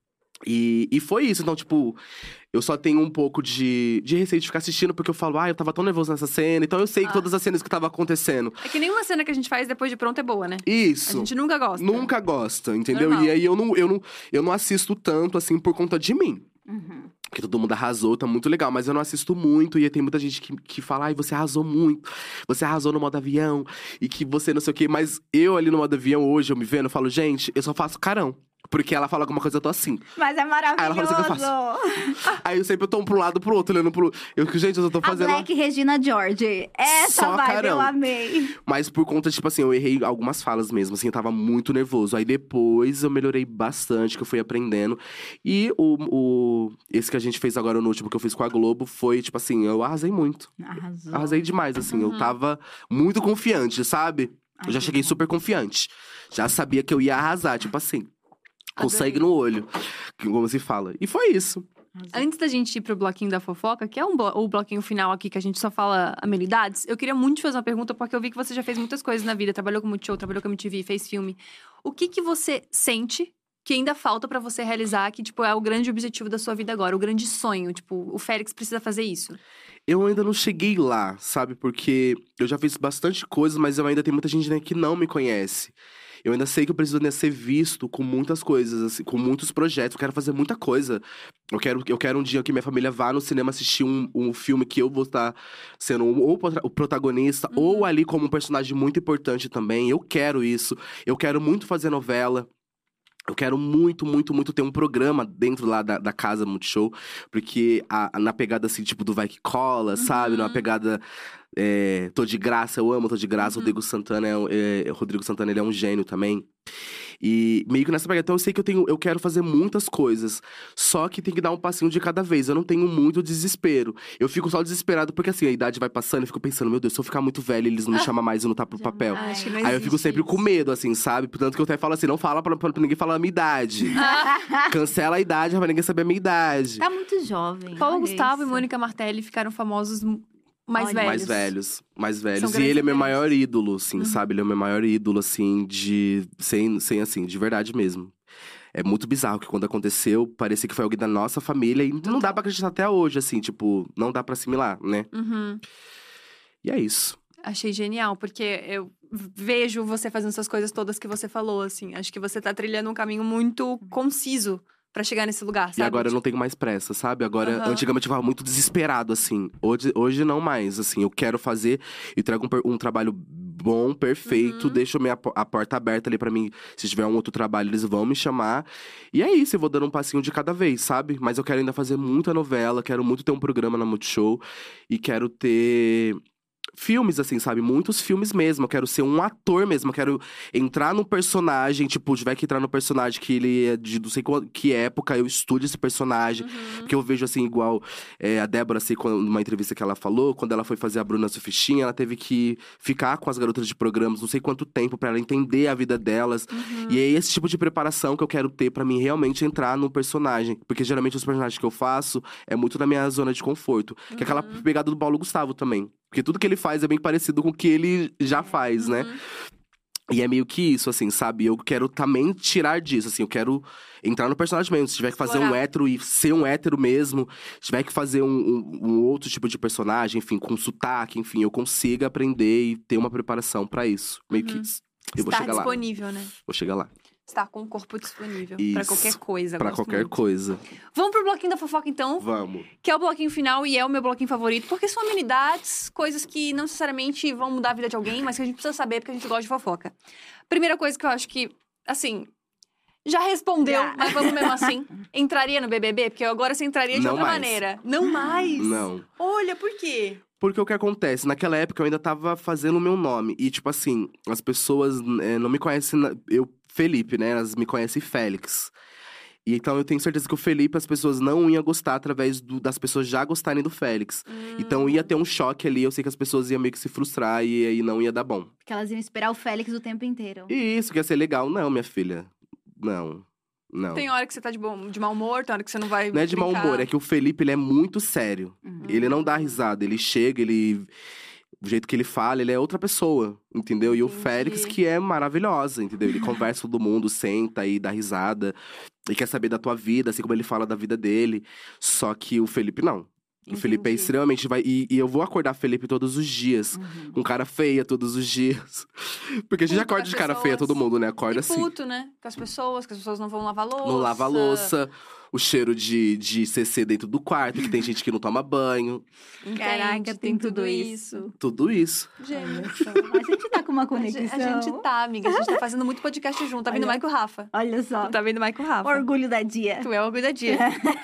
E foi isso, então, tipo… Eu só tenho um pouco de receio de ficar assistindo, porque eu falo… eu tava tão nervoso nessa cena, então eu sei todas as cenas que tava acontecendo. É que nenhuma cena que a gente faz depois de pronto é boa, né? Isso. A gente nunca gosta. Nunca gosta, entendeu? Normal. E aí eu não assisto tanto, assim, por conta de mim. Porque todo mundo arrasou, tá muito legal. Mas eu não assisto muito, e tem muita gente que fala… você arrasou muito, você arrasou no Modo Avião, e que você não sei o quê. Mas eu ali no Modo Avião, hoje, eu me vendo, eu falo… gente, eu só faço carão. Porque ela fala alguma coisa, eu tô assim. Mas é maravilhoso! Aí ela fala assim que eu faço. Aí eu sempre tô pra um lado, pro outro, olhando pro… Gente, eu só tô fazendo… A Black Regina George. Essa só vibe carão. eu amei. Mas por conta, tipo assim, eu errei algumas falas mesmo, assim, eu tava muito nervoso. Aí depois eu melhorei bastante, que eu fui aprendendo. E esse que a gente fez agora no último, que eu fiz com a Globo, foi, tipo assim, eu arrasei muito. Arrasou. Arrasei demais, assim, eu tava muito confiante, sabe? Eu já cheguei super confiante. Já sabia que eu ia arrasar, tipo assim… Com sangue no olho, como se fala. E foi isso. Antes da gente ir pro bloquinho da fofoca, que é o bloquinho final aqui, que a gente só fala amenidades, eu queria muito te fazer uma pergunta, porque eu vi que você já fez muitas coisas na vida. Trabalhou com Multishow, trabalhou com MTV, fez filme. O que você sente que ainda falta pra você realizar, que, tipo, é o grande objetivo da sua vida agora, o grande sonho? Tipo, o Félix precisa fazer isso. Eu ainda não cheguei lá, sabe? Porque eu já fiz bastante coisa, mas eu ainda tem muita gente, né, que não me conhece. Eu ainda sei que eu preciso, né, ser visto com muitas coisas, assim, com muitos projetos. Eu quero fazer muita coisa. Eu quero um dia que minha família vá no cinema assistir um filme que eu vou estar sendo ou o protagonista, ou ali como um personagem muito importante também. Eu quero isso. Eu quero muito fazer novela. Eu quero muito, muito, muito ter um programa dentro lá da casa Multishow. Porque na pegada, assim, tipo, do Vai Que Cola, sabe? Numa pegada… Tô de Graça, eu amo Tô de Graça. Rodrigo Santana, ele é um gênio também. E meio que nessa pegada. Então eu sei que eu quero fazer muitas coisas. Só que tem que dar um passinho de cada vez. Eu não tenho muito desespero. Eu fico só desesperado porque assim, a idade vai passando e fico pensando, meu Deus, se eu ficar muito velho, eles não me chamam mais e não tá pro papel. Acho que não Aí eu fico existe sempre isso. com medo, assim, sabe? Portanto que eu até falo assim, não fala pra ninguém falar a minha idade. Cancela a idade pra ninguém saber a minha idade. Tá muito jovem. Paulo olha Gustavo isso. e Mônica Martelli ficaram famosos mais Olha. velhos. Mais velhos. São E grandes ele é meu referências. maior ídolo, assim, sabe? Ele é o meu maior ídolo, assim, sem assim, de verdade mesmo. É muito bizarro que quando aconteceu, parecia que foi alguém da nossa família. E não dá pra acreditar até hoje, assim, tipo, não dá pra assimilar, né? Uhum. E é isso. Achei genial, porque eu vejo você fazendo essas coisas todas que você falou, assim. Acho que você tá trilhando um caminho muito conciso pra chegar nesse lugar, sabe? E agora eu não tenho mais pressa, sabe? Agora, Aham. antigamente eu tava muito desesperado, assim. Hoje não mais, assim. Eu quero fazer, eu trago um trabalho bom, perfeito. Deixo a porta aberta ali pra mim. Se tiver um outro trabalho, eles vão me chamar. E é isso, eu vou dando um passinho de cada vez, sabe? Mas eu quero ainda fazer muita novela, quero muito ter um programa na Multishow. E quero ter filmes, assim, sabe? Muitos filmes mesmo. Eu quero ser um ator mesmo. Eu quero entrar num personagem, tipo, tiver que entrar no personagem que ele é de não sei que época, eu estude esse personagem. Porque eu vejo, assim, igual a Débora, assim, numa entrevista que ela falou, quando ela foi fazer a Bruna Surfistinha, ela teve que ficar com as garotas de programas não sei quanto tempo pra ela entender a vida delas. E é esse tipo de preparação que eu quero ter pra mim realmente entrar num personagem. Porque geralmente os personagens que eu faço é muito na minha zona de conforto. Que é aquela pegada do Paulo Gustavo também. Porque tudo que ele faz é bem parecido com o que ele já faz, né? E é meio que isso, assim, sabe? Eu quero também tirar disso, assim. Eu quero entrar no personagem mesmo. Se tiver que fazer um Explorar. hétero e ser um hétero mesmo. Se tiver que fazer um outro tipo de personagem, enfim, com sotaque. Enfim, eu consiga aprender e ter uma preparação pra isso. Meio que isso. Eu vou Está chegar lá. disponível, né? Vou chegar lá. Está com o corpo disponível. Pra Isso. qualquer coisa. Pra gosto qualquer muito. coisa. Vamos pro bloquinho da fofoca, então? Vamos. Que é o bloquinho final e é o meu bloquinho favorito. Porque são amenidades, coisas que não necessariamente vão mudar a vida de alguém, mas que a gente precisa saber porque a gente gosta de fofoca. Primeira coisa que eu acho que, assim… Já respondeu, Já. mas vamos mesmo assim. Entraria no BBB? Porque agora você entraria de Não outra mais. maneira. Não mais? Não. Olha, por quê? Porque o que acontece? Naquela época eu ainda tava fazendo o meu nome. E, tipo assim, as pessoas não me conhecem. Eu, Felipe, né? Elas me conhecem Félix. E então eu tenho certeza que o Felipe, as pessoas não iam gostar através das pessoas já gostarem do Félix. Então ia ter um choque ali, eu sei que as pessoas iam meio que se frustrar e aí não ia dar bom. Porque elas iam esperar o Félix o tempo inteiro. E isso que ia ser legal. Não, minha filha. Não. Tem hora que você tá de mau humor, tem hora que você não vai Não é de mau brincar. humor, é que o Felipe, ele é muito sério. Ele não dá risada, ele chega, o jeito que ele fala, ele é outra pessoa, entendeu? E o Entendi. Félix, que é maravilhosa, entendeu? Ele conversa com todo mundo, senta e dá risada. E quer saber da tua vida, assim como ele fala da vida dele. Só que o Felipe, não. O Felipe é Entendi. extremamente… E eu vou acordar Felipe todos os dias. Com cara feia todos os dias. Porque a gente Puto acorda com de as cara feia, pessoas. todo mundo, né? Acorda E assim. puto, né? Com as pessoas, que as pessoas não vão lavar louça. Não lava a louça. O cheiro de CC dentro do quarto, que tem gente que não toma banho. Entende? Caraca, tem tudo isso. Tudo isso. Gente, A gente tá com uma a conexão. gente tá, amiga. A gente tá fazendo muito podcast junto. Tá vindo Olha. mais que o Rafa. Olha só. Tá vindo mais que o Rafa. Orgulho da dia. Tu é o orgulho da dia.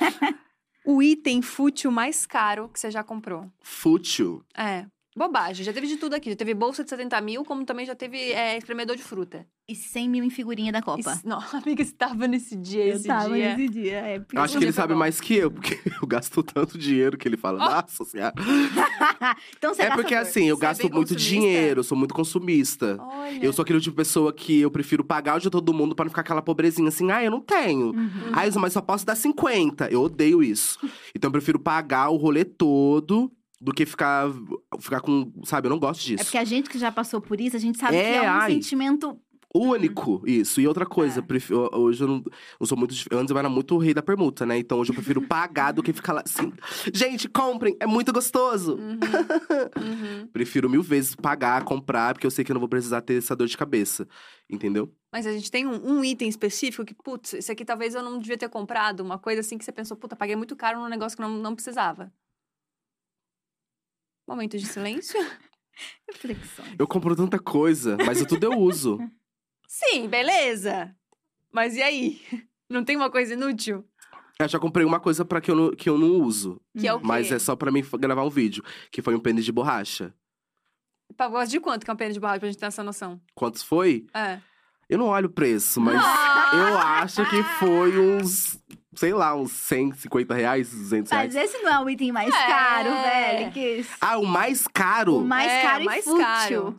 O item fútil mais caro que você já comprou. Fútil. É. Bobagem. Já teve de tudo aqui. Já teve bolsa de 70 mil, como também já teve espremedor de fruta. E 100 mil em figurinha da Copa. Isso- não, amiga, você tava nesse dia, Eu esse tava dia. nesse dia. É, porque Eu acho um que ele dia foi sabe bom. mais que eu, porque eu gasto tanto dinheiro que ele fala. Nossa senhora. Então você É porque gastador. assim, eu Você é gasto bem muito consumista? dinheiro, eu sou muito consumista. Olha. Eu sou aquele tipo de pessoa que eu prefiro pagar o de todo mundo pra não ficar aquela pobrezinha assim, eu não tenho. Uhum. Mas só posso dar 50. Eu odeio isso. Então eu prefiro pagar o rolê todo do que ficar com. Sabe, eu não gosto disso. É porque a gente que já passou por isso, a gente sabe É, que é um ai. sentimento. Único, isso. E outra coisa, É. hoje eu não sou muito… Antes eu era muito rei da permuta, né? Então hoje eu prefiro pagar do que ficar lá assim… Gente, comprem! É muito gostoso! Uhum. Prefiro 1000 vezes pagar, comprar, porque eu sei que eu não vou precisar ter essa dor de cabeça. Entendeu? Mas a gente tem um item específico que, putz, esse aqui talvez eu não devia ter comprado. Uma coisa assim que você pensou, puta, paguei muito caro num negócio que não precisava. Momento de silêncio? Reflexões. Eu compro tanta coisa, mas tudo eu uso. Sim, beleza. Mas e aí? Não tem uma coisa inútil? Eu já comprei uma coisa que eu não uso. Que é o quê? Mas é só pra mim gravar um vídeo. Que foi um pênis de borracha. Pagou de quanto que é um pênis de borracha pra gente ter essa noção? Quantos foi? É. Eu não olho o preço, mas eu acho que foi uns… Sei lá, uns 150 reais, 200 reais. Mas esse não é o item mais caro, velho. Que… Ah, o mais caro? O mais caro mais e fútil. caro.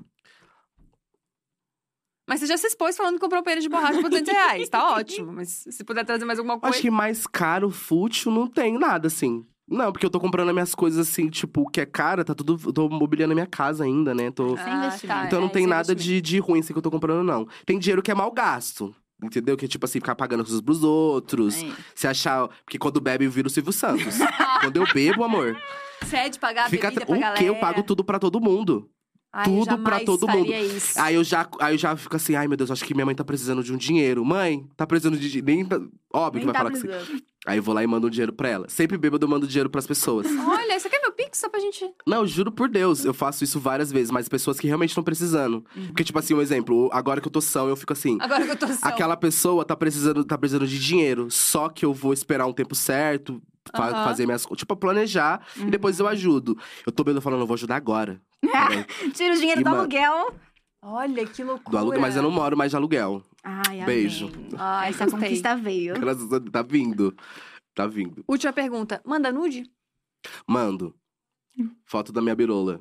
Mas você já se expôs falando que comprou um pênis de borracha por 200 reais. Tá ótimo. Mas se puder trazer mais alguma coisa… Acho que mais caro, fútil, não tem nada, assim. Não, porque eu tô comprando as minhas coisas, assim, tipo, que é cara, tá tudo… Tô mobiliando a minha casa ainda, né? Tô… Sem investimento. Então não tem sem nada investimento. de ruim, assim, que eu tô comprando, não. Tem dinheiro que é mal gasto. Entendeu? Que é tipo assim, ficar pagando coisas pros outros. É. Se achar… Porque quando bebe, eu viro o Silvio Santos. Quando eu bebo, amor… Você é de pagar a Fica… bebida pra O galera. quê? Eu pago tudo pra todo mundo. Ai, tudo eu pra jamais todo faria mundo. Isso. Aí eu já fico assim, ai meu Deus, acho que minha mãe tá precisando de um dinheiro. Mãe, tá precisando de dinheiro. Óbvio que vai falar que sim. Aí eu vou lá e mando um dinheiro pra ela. Sempre bêbado eu mando dinheiro pras pessoas. Olha, você quer meu Pix só pra gente… Não, juro por Deus, eu faço isso várias vezes, mas pessoas que realmente estão precisando. Porque, tipo assim, um exemplo, agora que eu tô são, eu fico assim. Agora que eu tô só. Aquela pessoa tá precisando de dinheiro, só que eu vou esperar um tempo certo, fazer minhas coisas, tipo, planejar, e depois eu ajudo. Eu tô bêbado falando, eu vou ajudar agora. Peraí. Tira o dinheiro E, do mano, aluguel. Olha, que loucura. Do aluguel, mas eu não moro mais de aluguel. Ai, amém. Beijo. Ai, Essa gostei. conquista veio. Graças a Deus, tá vindo. Tá vindo. Última pergunta. Manda nude? Mando. Foto da minha birola.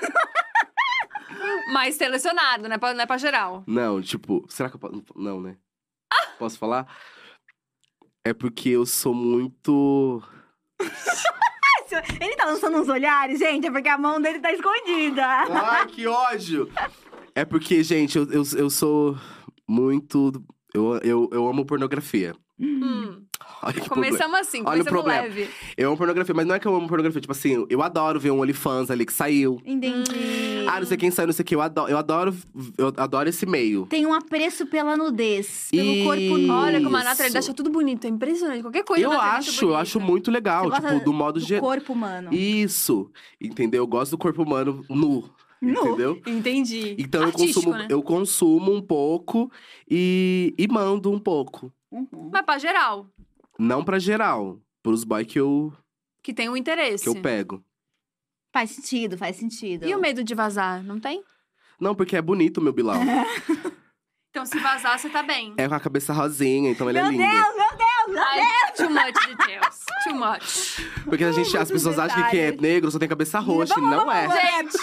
Mas selecionado, não é pra geral. Não, tipo, será que eu posso… Não, né? Posso falar? É porque eu sou muito… Ele tá lançando uns olhares, gente, é porque a mão dele tá escondida. Ai, que ódio! É porque, gente, eu sou muito… Eu amo pornografia. Olha que problema. Começamos assim, Olha o começamos problema. leve. Eu amo pornografia, mas não é que eu amo pornografia. Tipo assim, eu adoro ver um OnlyFans ali que saiu. Entendi. Ah, não sei quem saiu, não sei o que. Eu adoro esse meio. Tem um apreço pela nudez, pelo corpo nu. Olha como a Nathalie Isso. deixa tudo bonito, é impressionante. Qualquer coisa Eu na Nathalie é acho bonita. muito legal. Você gosta Tipo, do modo do geral. corpo humano. Isso. Entendeu? Eu gosto do corpo humano nu. Nu. Entendeu? Entendi. Então Artístico, né? eu consumo um pouco e mando um pouco. Mas pra geral, Não pra geral. Pros boy que eu que tem um interesse. pego. Faz sentido, faz sentido. E o medo de vazar, não tem? Não, porque é bonito o meu Bilal. Então se vazar, você tá bem. É com a cabeça rosinha, então ele é Meu lindo. Deus, meu Deus! Ai, too much details. Too much. Porque as pessoas acham que quem é negro só tem cabeça roxa. E não é. Gente,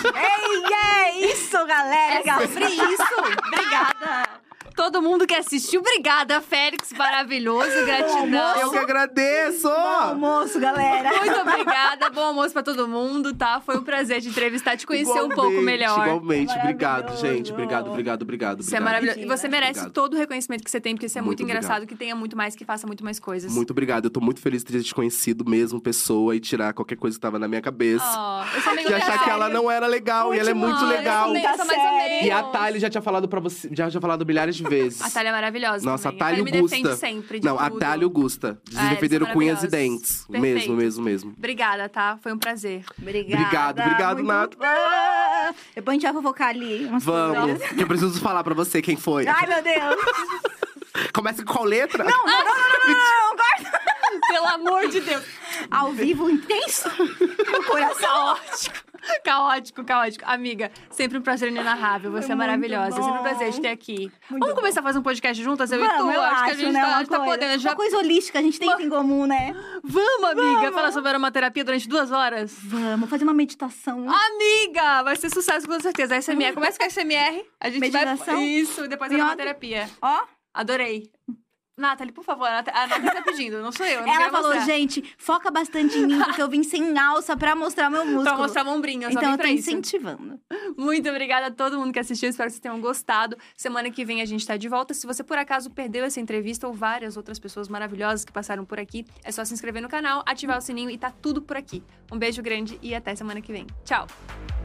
é isso, galera. É sobre isso. Obrigada. Todo mundo que assistiu, obrigada, Félix. Maravilhoso, gratidão. Eu que agradeço! Bom almoço, galera. Muito obrigada, bom almoço pra todo mundo, tá? Foi um prazer te entrevistar, te conhecer um pouco melhor. Igualmente, obrigado, Maravilhoso. gente. Obrigado. Você é maravilhoso. E você merece Obrigado. todo o reconhecimento que você tem, porque você é muito Muito engraçado, obrigado. que tenha muito mais, que faça muito mais coisas. Muito obrigado. Eu tô muito feliz de ter te conhecido mesmo, pessoa, e tirar qualquer coisa que tava na minha cabeça. Eu sou amiga De achar que ela não era legal, e ela é muito legal. Eu sou mais ou menos. E a Thalia já tinha falado pra você, já tinha falado milhares de vezes. A Thalia é maravilhosa. Nossa, também. a Thalia me defende Gusta. sempre. De Não, a tudo. Thalia Gusta. Ah, eles Defenderam são cunhas e maravilhosos. dentes. Perfeito. Mesmo. Obrigada, tá? Foi um prazer. Obrigado, muito Nath. bom. Depois a gente vai fofocar ali. umas Vamos, coisas. que eu preciso falar pra você quem foi. Ai, meu Deus. Começa com qual letra? Não, guarda. Pelo amor de Deus. Ao vivo, intenso. Meu coração. Caótico. Amiga, sempre um prazer inenarrável. Você é Muito maravilhosa. É sempre um bom. prazer te ter aqui. Muito Vamos bom. começar a fazer um podcast juntas, eu e tu? Vamos, eu Acho que a acho, gente né? tá, Uma tá coisa- podendo. Já... Uma coisa holística, a gente tem isso em comum, né? Vamos, amiga, falar sobre aromaterapia durante 2 horas. Vamos fazer uma meditação. Amiga, vai ser sucesso com certeza. SMR, começa com a SMR. A gente Meditação? vai... Isso, depois a Yoga? aromaterapia. Ó, Adorei. Nathalie, por favor, a Nathalie tá pedindo, não sou eu. Não ela quero falou, mostrar. gente, foca bastante em mim, porque eu vim sem alça pra mostrar meu músculo. Pra mostrar o ombrinho, eu só Então vim eu tô pra isso. incentivando. Muito obrigada a todo mundo que assistiu, espero que vocês tenham gostado. Semana que vem a gente tá de volta. Se você por acaso perdeu essa entrevista ou várias outras pessoas maravilhosas que passaram por aqui, é só se inscrever no canal, ativar o sininho e tá tudo por aqui. Um beijo grande e até semana que vem. Tchau!